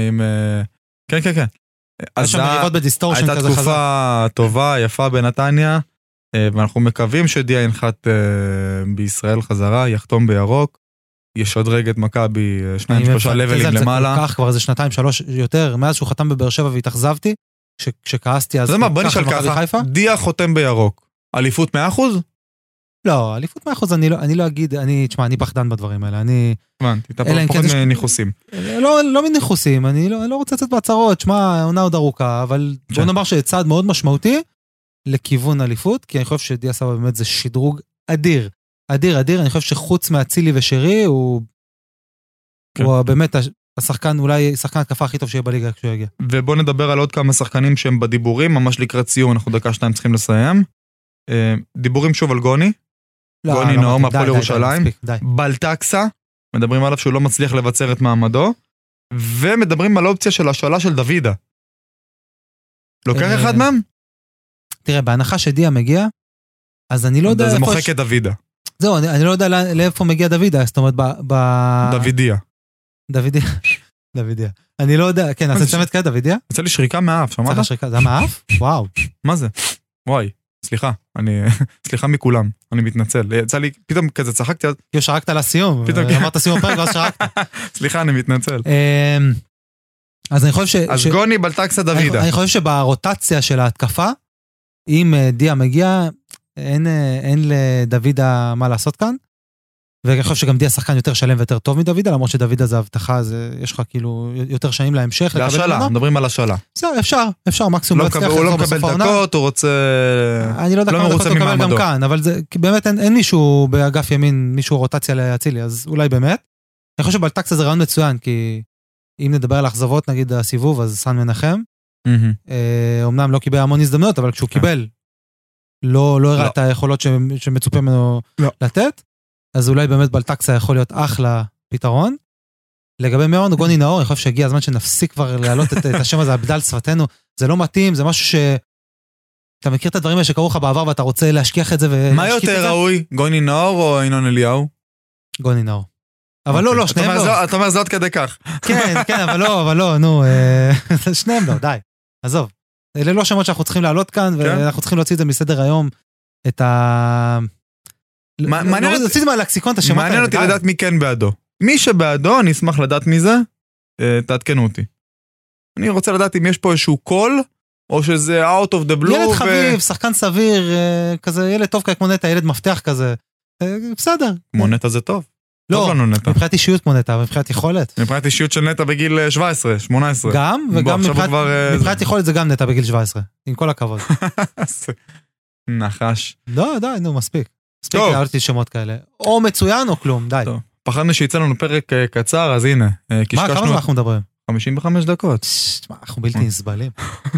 כן, כן, כן. היה שם מריבות בדיסטורשן כזה חזק. הייתה תקופה טובה, יפה בנתניה, ואנחנו מקווים שדיה ינחת בישראל חזרה, יחתום בירוק, ישדרג את מכבי שניים, שלושה לבלים למעלה. כך כבר איזה שנתיים, שלוש יותר, מאז שהוא חתם בבאר שבע והתאכזבתי. כשכעסתי אז... זה מה, בוא נשאל ככה, דיה חותם בירוק, אליפות מאה אחוז? לא, אליפות מאה אחוז אני לא, אני לא אגיד, אני, תשמע, אני פחדן בדברים האלה, אני... הבנתי, אתה פחות מניחוסים. לא, לא מניחוסים, אני לא, לא רוצה לצאת בהצהרות, תשמע, עונה עוד ארוכה, אבל בוא נאמר שצעד מאוד משמעותי לכיוון אליפות, כי אני חושב שדיה סבא באמת זה שדרוג אדיר, אדיר, אדיר, אני חושב שחוץ מהצילי ושרי, הוא, הוא באמת... השחקן, אולי שחקן התקפה הכי טוב שיהיה בליגה כשהוא יגיע. ובוא נדבר על עוד כמה שחקנים שהם בדיבורים, ממש לקראת סיום, אנחנו דקה שתיים צריכים לסיים. דיבורים שוב על גוני, גוני נאור מהפועל ירושלים, בלטקסה, מדברים עליו שהוא לא מצליח לבצר את מעמדו, ומדברים על אופציה של השאלה של דוידה. לוקח אחד מהם? תראה, בהנחה שדיה מגיע, אז אני לא יודע... זה מוחק את דוידה. זהו, אני לא יודע לאיפה מגיע דוידה, זאת אומרת, ב... דוידיה. דוידיה. דוידיה. אני לא יודע, כן, אז צמד כזה, דוידיה? יצא לי שריקה מהאף, שמעת? זה מהאף? וואו. מה זה? וואי, סליחה, אני... סליחה מכולם, אני מתנצל. יצא לי, פתאום כזה צחקתי... יו, שרקת לסיום. אמרת סיום הפרק, ואז שרקת. סליחה, אני מתנצל. אז אני חושב ש... אז גוני בלטקסה דוידה. אני חושב שברוטציה של ההתקפה, אם דיה מגיע, אין, אין לדוידה מה לעשות כאן, ואני חושב שגם דיה שחקן יותר שלם ויותר טוב מדוידה, למרות שדוידה זה הבטחה, זה, יש לך כאילו יותר שנים להמשך. להשאלה, מדברים על השאלה. בסדר, אפשר, אפשר, מקסימום. לא הוא לא מקבל דקות, הוא רוצה... אני לא יודע כמה דקות הוא מקבל גם כאן, אבל זה, באמת אין, אין מישהו באגף ימין, מישהו רוטציה להצילי, אז אולי באמת. אני חושב שבלטקסה זה רעיון מצוין, כי אם נדבר על אכזבות, נגיד הסיבוב, אז סן מנחם, אומנם לא קיבל המון הזדמנות, אבל כשהוא קיבל, לא הראה את היכולות שמצופה ממנו לתת, אז אולי באמת בלטקסה יכול להיות אחלה פתרון. לגבי מירון גוני נאור, אני חושב שהגיע הזמן שנפסיק כבר להעלות את השם הזה, הבדל שפתנו, זה לא מתאים, זה משהו ש... אתה מכיר את הדברים האלה שקרו לך בעבר, ואתה רוצה להשכיח את זה. מה יותר ראוי, גוני נאור או ינון אליהו? גוני נאור. אבל לא, לא, שניהם לא. אתה אומר, זה עוד כדי כך. כן, כן, אבל לא, אבל לא, נו, שניהם לא, די, עזוב. אלה לא שמות שאנחנו צריכים להעלות כאן, ואנחנו צריכים להוציא את זה מסדר היום, את ה... מעניין אותי לדעת מי כן בעדו. מי שבעדו, אני אשמח לדעת מי זה, תעדכנו אותי. אני רוצה לדעת אם יש פה איזשהו קול, או שזה out of the blue. ילד חביב, שחקן סביר, כזה ילד טוב כמו נטה, ילד מפתח כזה. בסדר. כמו נטה זה טוב. לא, מבחינת אישיות כמו נטה, מבחינת יכולת. מבחינת אישיות של נטה בגיל שבע עשרה, שמונה עשרה. גם, וגם מבחינת יכולת זה גם נטה בגיל שבע עשרה. עם כל הכבוד. נחש. לא, די, נו, מספיק. מספיק להעלתי שמות כאלה. או מצוין או כלום, די. פחדנו שיצא לנו פרק קצר, אז הנה. מה, כמה זמן אנחנו מדברים? חמישים וחמש דקות. אנחנו בלתי נסבלים.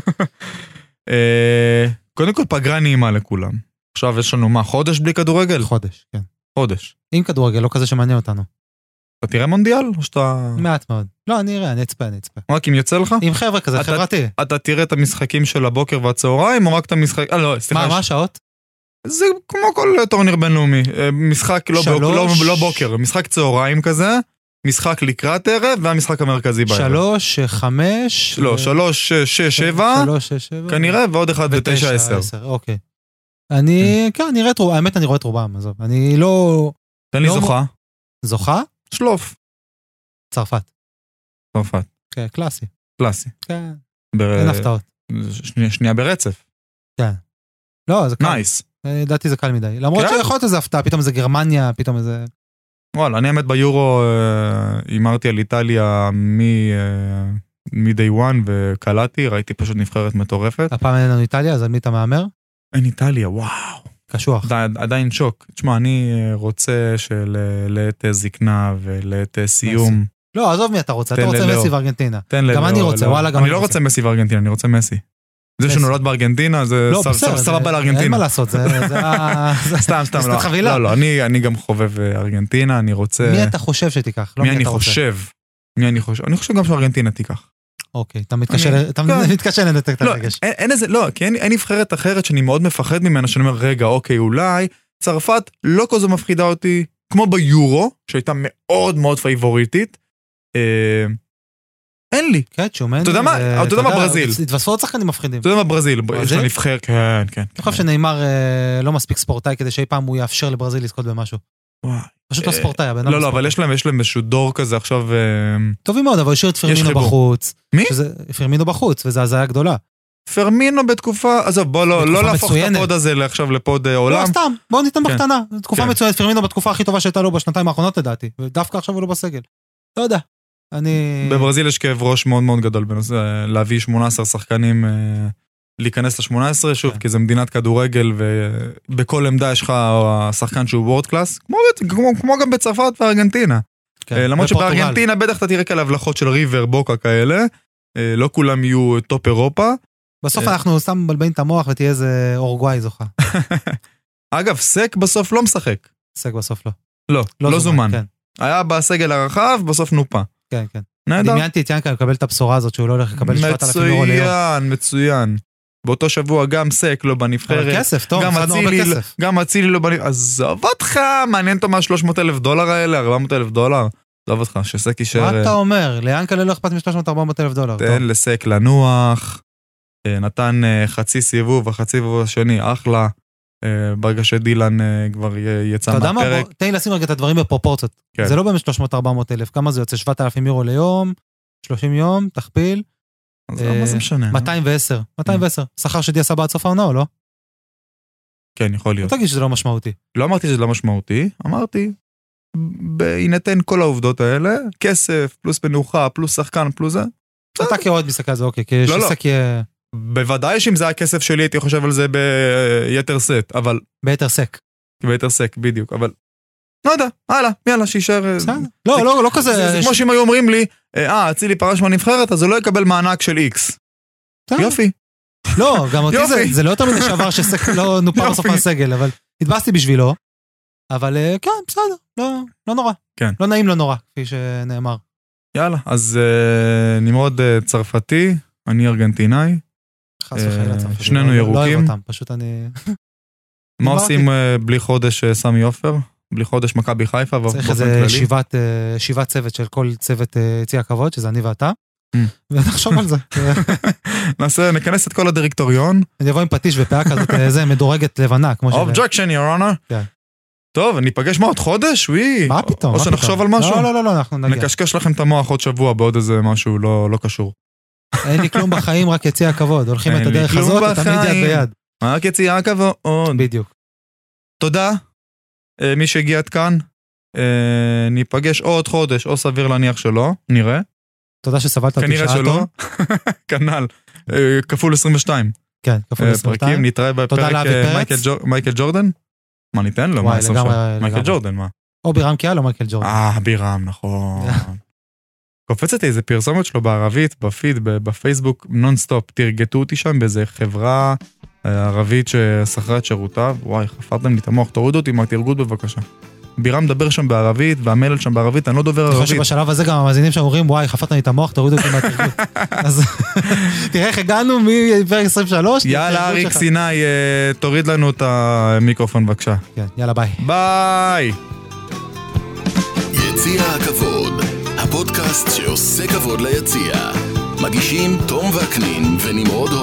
קודם כל פגרה נעימה לכולם. עכשיו יש לנו מה, חודש בלי כדורגל? חודש, כן. חודש. עם כדורגל, לא כזה שמעניין אותנו. אתה תראה מונדיאל? או שאתה... מעט מאוד. לא, אני אראה, אני אצפה, אני אצפה. רק אם יוצא לך? עם חבר'ה כזה, חברתי. אתה תראה את המשחקים של הבוקר והצהריים, או רק את המשחק... אה, לא, סליחה. מה, מה השעות? זה כמו כל טורניר בינלאומי. משחק לא בוקר, משחק צהריים כזה, משחק לקראת ערב, והמשחק המרכזי בערב. שלוש, חמש... לא, שלוש, שש, שבע. שלוש, שש, שבע. כנראה, ועוד אחד ותשע, עשר. אוקיי. אני, כן, אני רואה את רובם, האמת אני רואה את רובם, עזוב. אני לא... תן לי זוכה. זוכה? שלוף. צרפת. צרפת. כן, קלאסי. קלאסי. כן. אין הפתעות. שנייה ברצף. כן. לא, זה קל. נייס. ידעתי זה קל מדי. למרות שיכול להיות איזה הפתעה, פתאום זה גרמניה, פתאום איזה... וואלה, אני האמת ביורו אמרתי על איטליה מ-day one וקלעתי, ראיתי פשוט נבחרת מטורפת. הפעם אין לנו איטליה, אז על מי אתה מאמר? אין איטליה, וואו. קשוח. עדיין שוק. תשמע, אני רוצה שלעת זקנה ולעת סיום. לא, עזוב מי אתה רוצה, אתה רוצה מסי וארגנטינה. גם אני רוצה, וואלה, גם אני לא רוצה מסי וארגנטינה, אני רוצה מסי. זה שנולד בארגנטינה, זה סבבה לארגנטינה. אין מה לעשות, זה... סתם, סתם, לא, לא, אני גם חובב ארגנטינה, אני רוצה... מי אתה חושב שתיקח? מי אני חושב? מי אני חושב? אני חושב גם שארגנטינה תיקח. אוקיי, אתה מתקשה לנתק את הרגש. אין איזה, לא, כי אין נבחרת אחרת שאני מאוד מפחד ממנה, שאני אומר, רגע, אוקיי, אולי, צרפת לא כל זה מפחידה אותי, כמו ביורו, שהייתה מאוד מאוד פייבוריטית, אין לי. כן, שומן. אתה יודע מה? אתה יודע מה ברזיל? התווספו עוד שחקנים מפחידים. אתה יודע מה ברזיל? יש לה נבחר, כן, כן. אני חושב שנאמר לא מספיק ספורטאי, כדי שאי פעם הוא יאפשר לברזיל לזכות במשהו. פשוט לא ספורטאי. לא, לא, אבל יש להם, יש להם איזשהו דור כזה עכשיו... טובים מאוד, אבל השאיר את פרמינו בחוץ. מי? פרמינו בחוץ, וזו הזיה גדולה. פרמינו בתקופה, עזוב, בוא לא להפוך את הפוד הזה עכשיו לפוד עולם. לא, סתם, בוא ניתן בקטנה. תקופה מצוינת, פרמינו בתקופה הכי טובה שהייתה לו בשנתיים האחרונות לדעתי, ודווקא עכשיו הוא לא בסגל. לא יודע. אני... בברזיל יש כאב ראש מאוד מאוד גדול בנושא, להביא שמונה עשרה שחקנים להיכנס ל-שמונה עשרה, שוב, כי זה מדינת כדורגל, ובכל עמדה יש לך שחקן שהוא וורד קלאס, כמו גם בצרפת וארגנטינה. למרות שבארגנטינה בטח אתה תראה כאלה הבלחות של ריבר, בוקה כאלה, לא כולם יהיו טופ אירופה. בסוף אנחנו סתם מבלבלים את המוח ותהיה איזה אורוגוואי זוכה. אגב, סק בסוף לא משחק. סק בסוף לא. לא, לא זומן. היה בסגל הרחב, בסוף נופה. כן, כן. דמיינתי את ינקה לקבל את הבשורה הזאת, שהוא לא הולך לקבל שבעת אלפים יורו ליום. מצוין, מצוין. באותו שבוע גם סק לא בנבחרת. אבל כסף, טוב, גם אצילי לא בנבחרת. אז עזוב אותך, מעניין אותו מה שלוש מאות אלף דולר האלה, ארבע מאות אלף דולר. עזוב אותך, שסק יישאר... מה אתה אומר? ליאנקל'ה לא אכפת מ-שלוש מאות ארבע מאות אלף דולר. תן לסק לנוח, נתן חצי סיבוב, החצי סיבוב השני, אחלה. ברגע שדילן כבר יצא מהפרק. אתה יודע מה? תן לי לשים רגע את הדברים בפרופורציות. זה לא באמת שלוש מאות ארבע מאות אלף, כמה זה יוצא? שבעת אלפים יורו ליום, שלושים יום, תכפיל. אז מה זה משנה? מאתיים ועשר, מאתיים ועשר. שכר שדי עשה בעד סוף העונה או לא? כן, יכול להיות. לא תגיד שזה לא משמעותי. לא אמרתי שזה לא משמעותי, אמרתי, בהינתן כל העובדות האלה, כסף, פלוס מנוחה, פלוס שחקן, פלוס זה. אתה כאוהד מסתכל על זה, אוקיי, כי שסק יהיה... בוודאי שאם זה היה כסף שלי, הייתי חושב על זה ביתר סט, אבל... ביתר סק. ביתר סק, בדיוק, אבל... לא יודע, הלאה, יאללה, שישאר... לא, לא, לא כזה... זה כמו שאם היו אומרים לי, אה, אצילי פרש מהנבחרת, אז הוא לא יקבל מענק של איקס. יופי. לא, גם אותי זה לא יותר מדי שעבר שסק לא נופר בסוף מהסגל, אבל התבאסתי בשבילו, אבל כן, בסדר, לא נורא. לא נעים, לא נורא, כפי שנאמר. יאללה, אז נמרוד צרפתי, אני ארגנטינאי. שנינו ירוקים. לא אוהב אותם, פשוט אני... מה עושים בלי חודש סמי עופר? בלי חודש מכבי חיפה? צריך איזה שיבת צוות של כל צוות יציע הכבוד, שזה אני ואתה, ונחשוב על זה. נעשה, נכנס את כל הדירקטוריון. אני אבוא עם פטיש ופאה כזאת, איזה מדורגת לבנה, כמו שזה. Objection, your honor. טוב, ניפגש מה עוד חודש? וואי. מה פתאום? או שנחשוב על משהו? לא, לא, לא, אנחנו נגיע. נקשקש לכם את המוח עוד שבוע, בעוד איזה משהו לא קשור. אין לי כלום בחיים, רק יציע הכבוד. הולכים את הדרך הזאת, תמיד יד ביד. רק יציע הכבוד. בדיוק. תודה, מי שהגיע עד כאן. ניפגש עוד חודש, או סביר להניח שלא, נראה. תודה שסבלת אותי שעה טוב. כנ"ל, כפול עשרים ושתיים. כן, כפול עשרים ושתיים. פרקים, נתראה בפרק מייקל ג'ורדן. מה ניתן לו? מייקל ג'ורדן, מה? או בירם קיאל או מייקל ג'ורדן. אה, בירם, נכון. קופצת איזה פרסומת שלו בערבית, בפיד, בפייסבוק, נונסטופ, תרגטו אותי שם באיזה חברה ערבית ששכרה את שירותיו. וואי, חפרתם לי את המוח, תורידו אותי מהתרגות בבקשה. בירם מדבר שם בערבית, והמלל שם בערבית, אני לא דובר ערבית. אני חושב שבשלב הזה גם המאזינים שם אומרים, וואי, חפרת לי את המוח, תורידו אותי מהתרגות. אז תראה איך הגענו מפרק עשרים ושלוש. יאללה, אריק סיני, תוריד לנו את המיקרופון בבקשה. כן, יאללה, ביי. ביי. יציע הכבוד, הפודקאסט שעושה כבוד ליציע. מגישים תום וקנין ונמרוד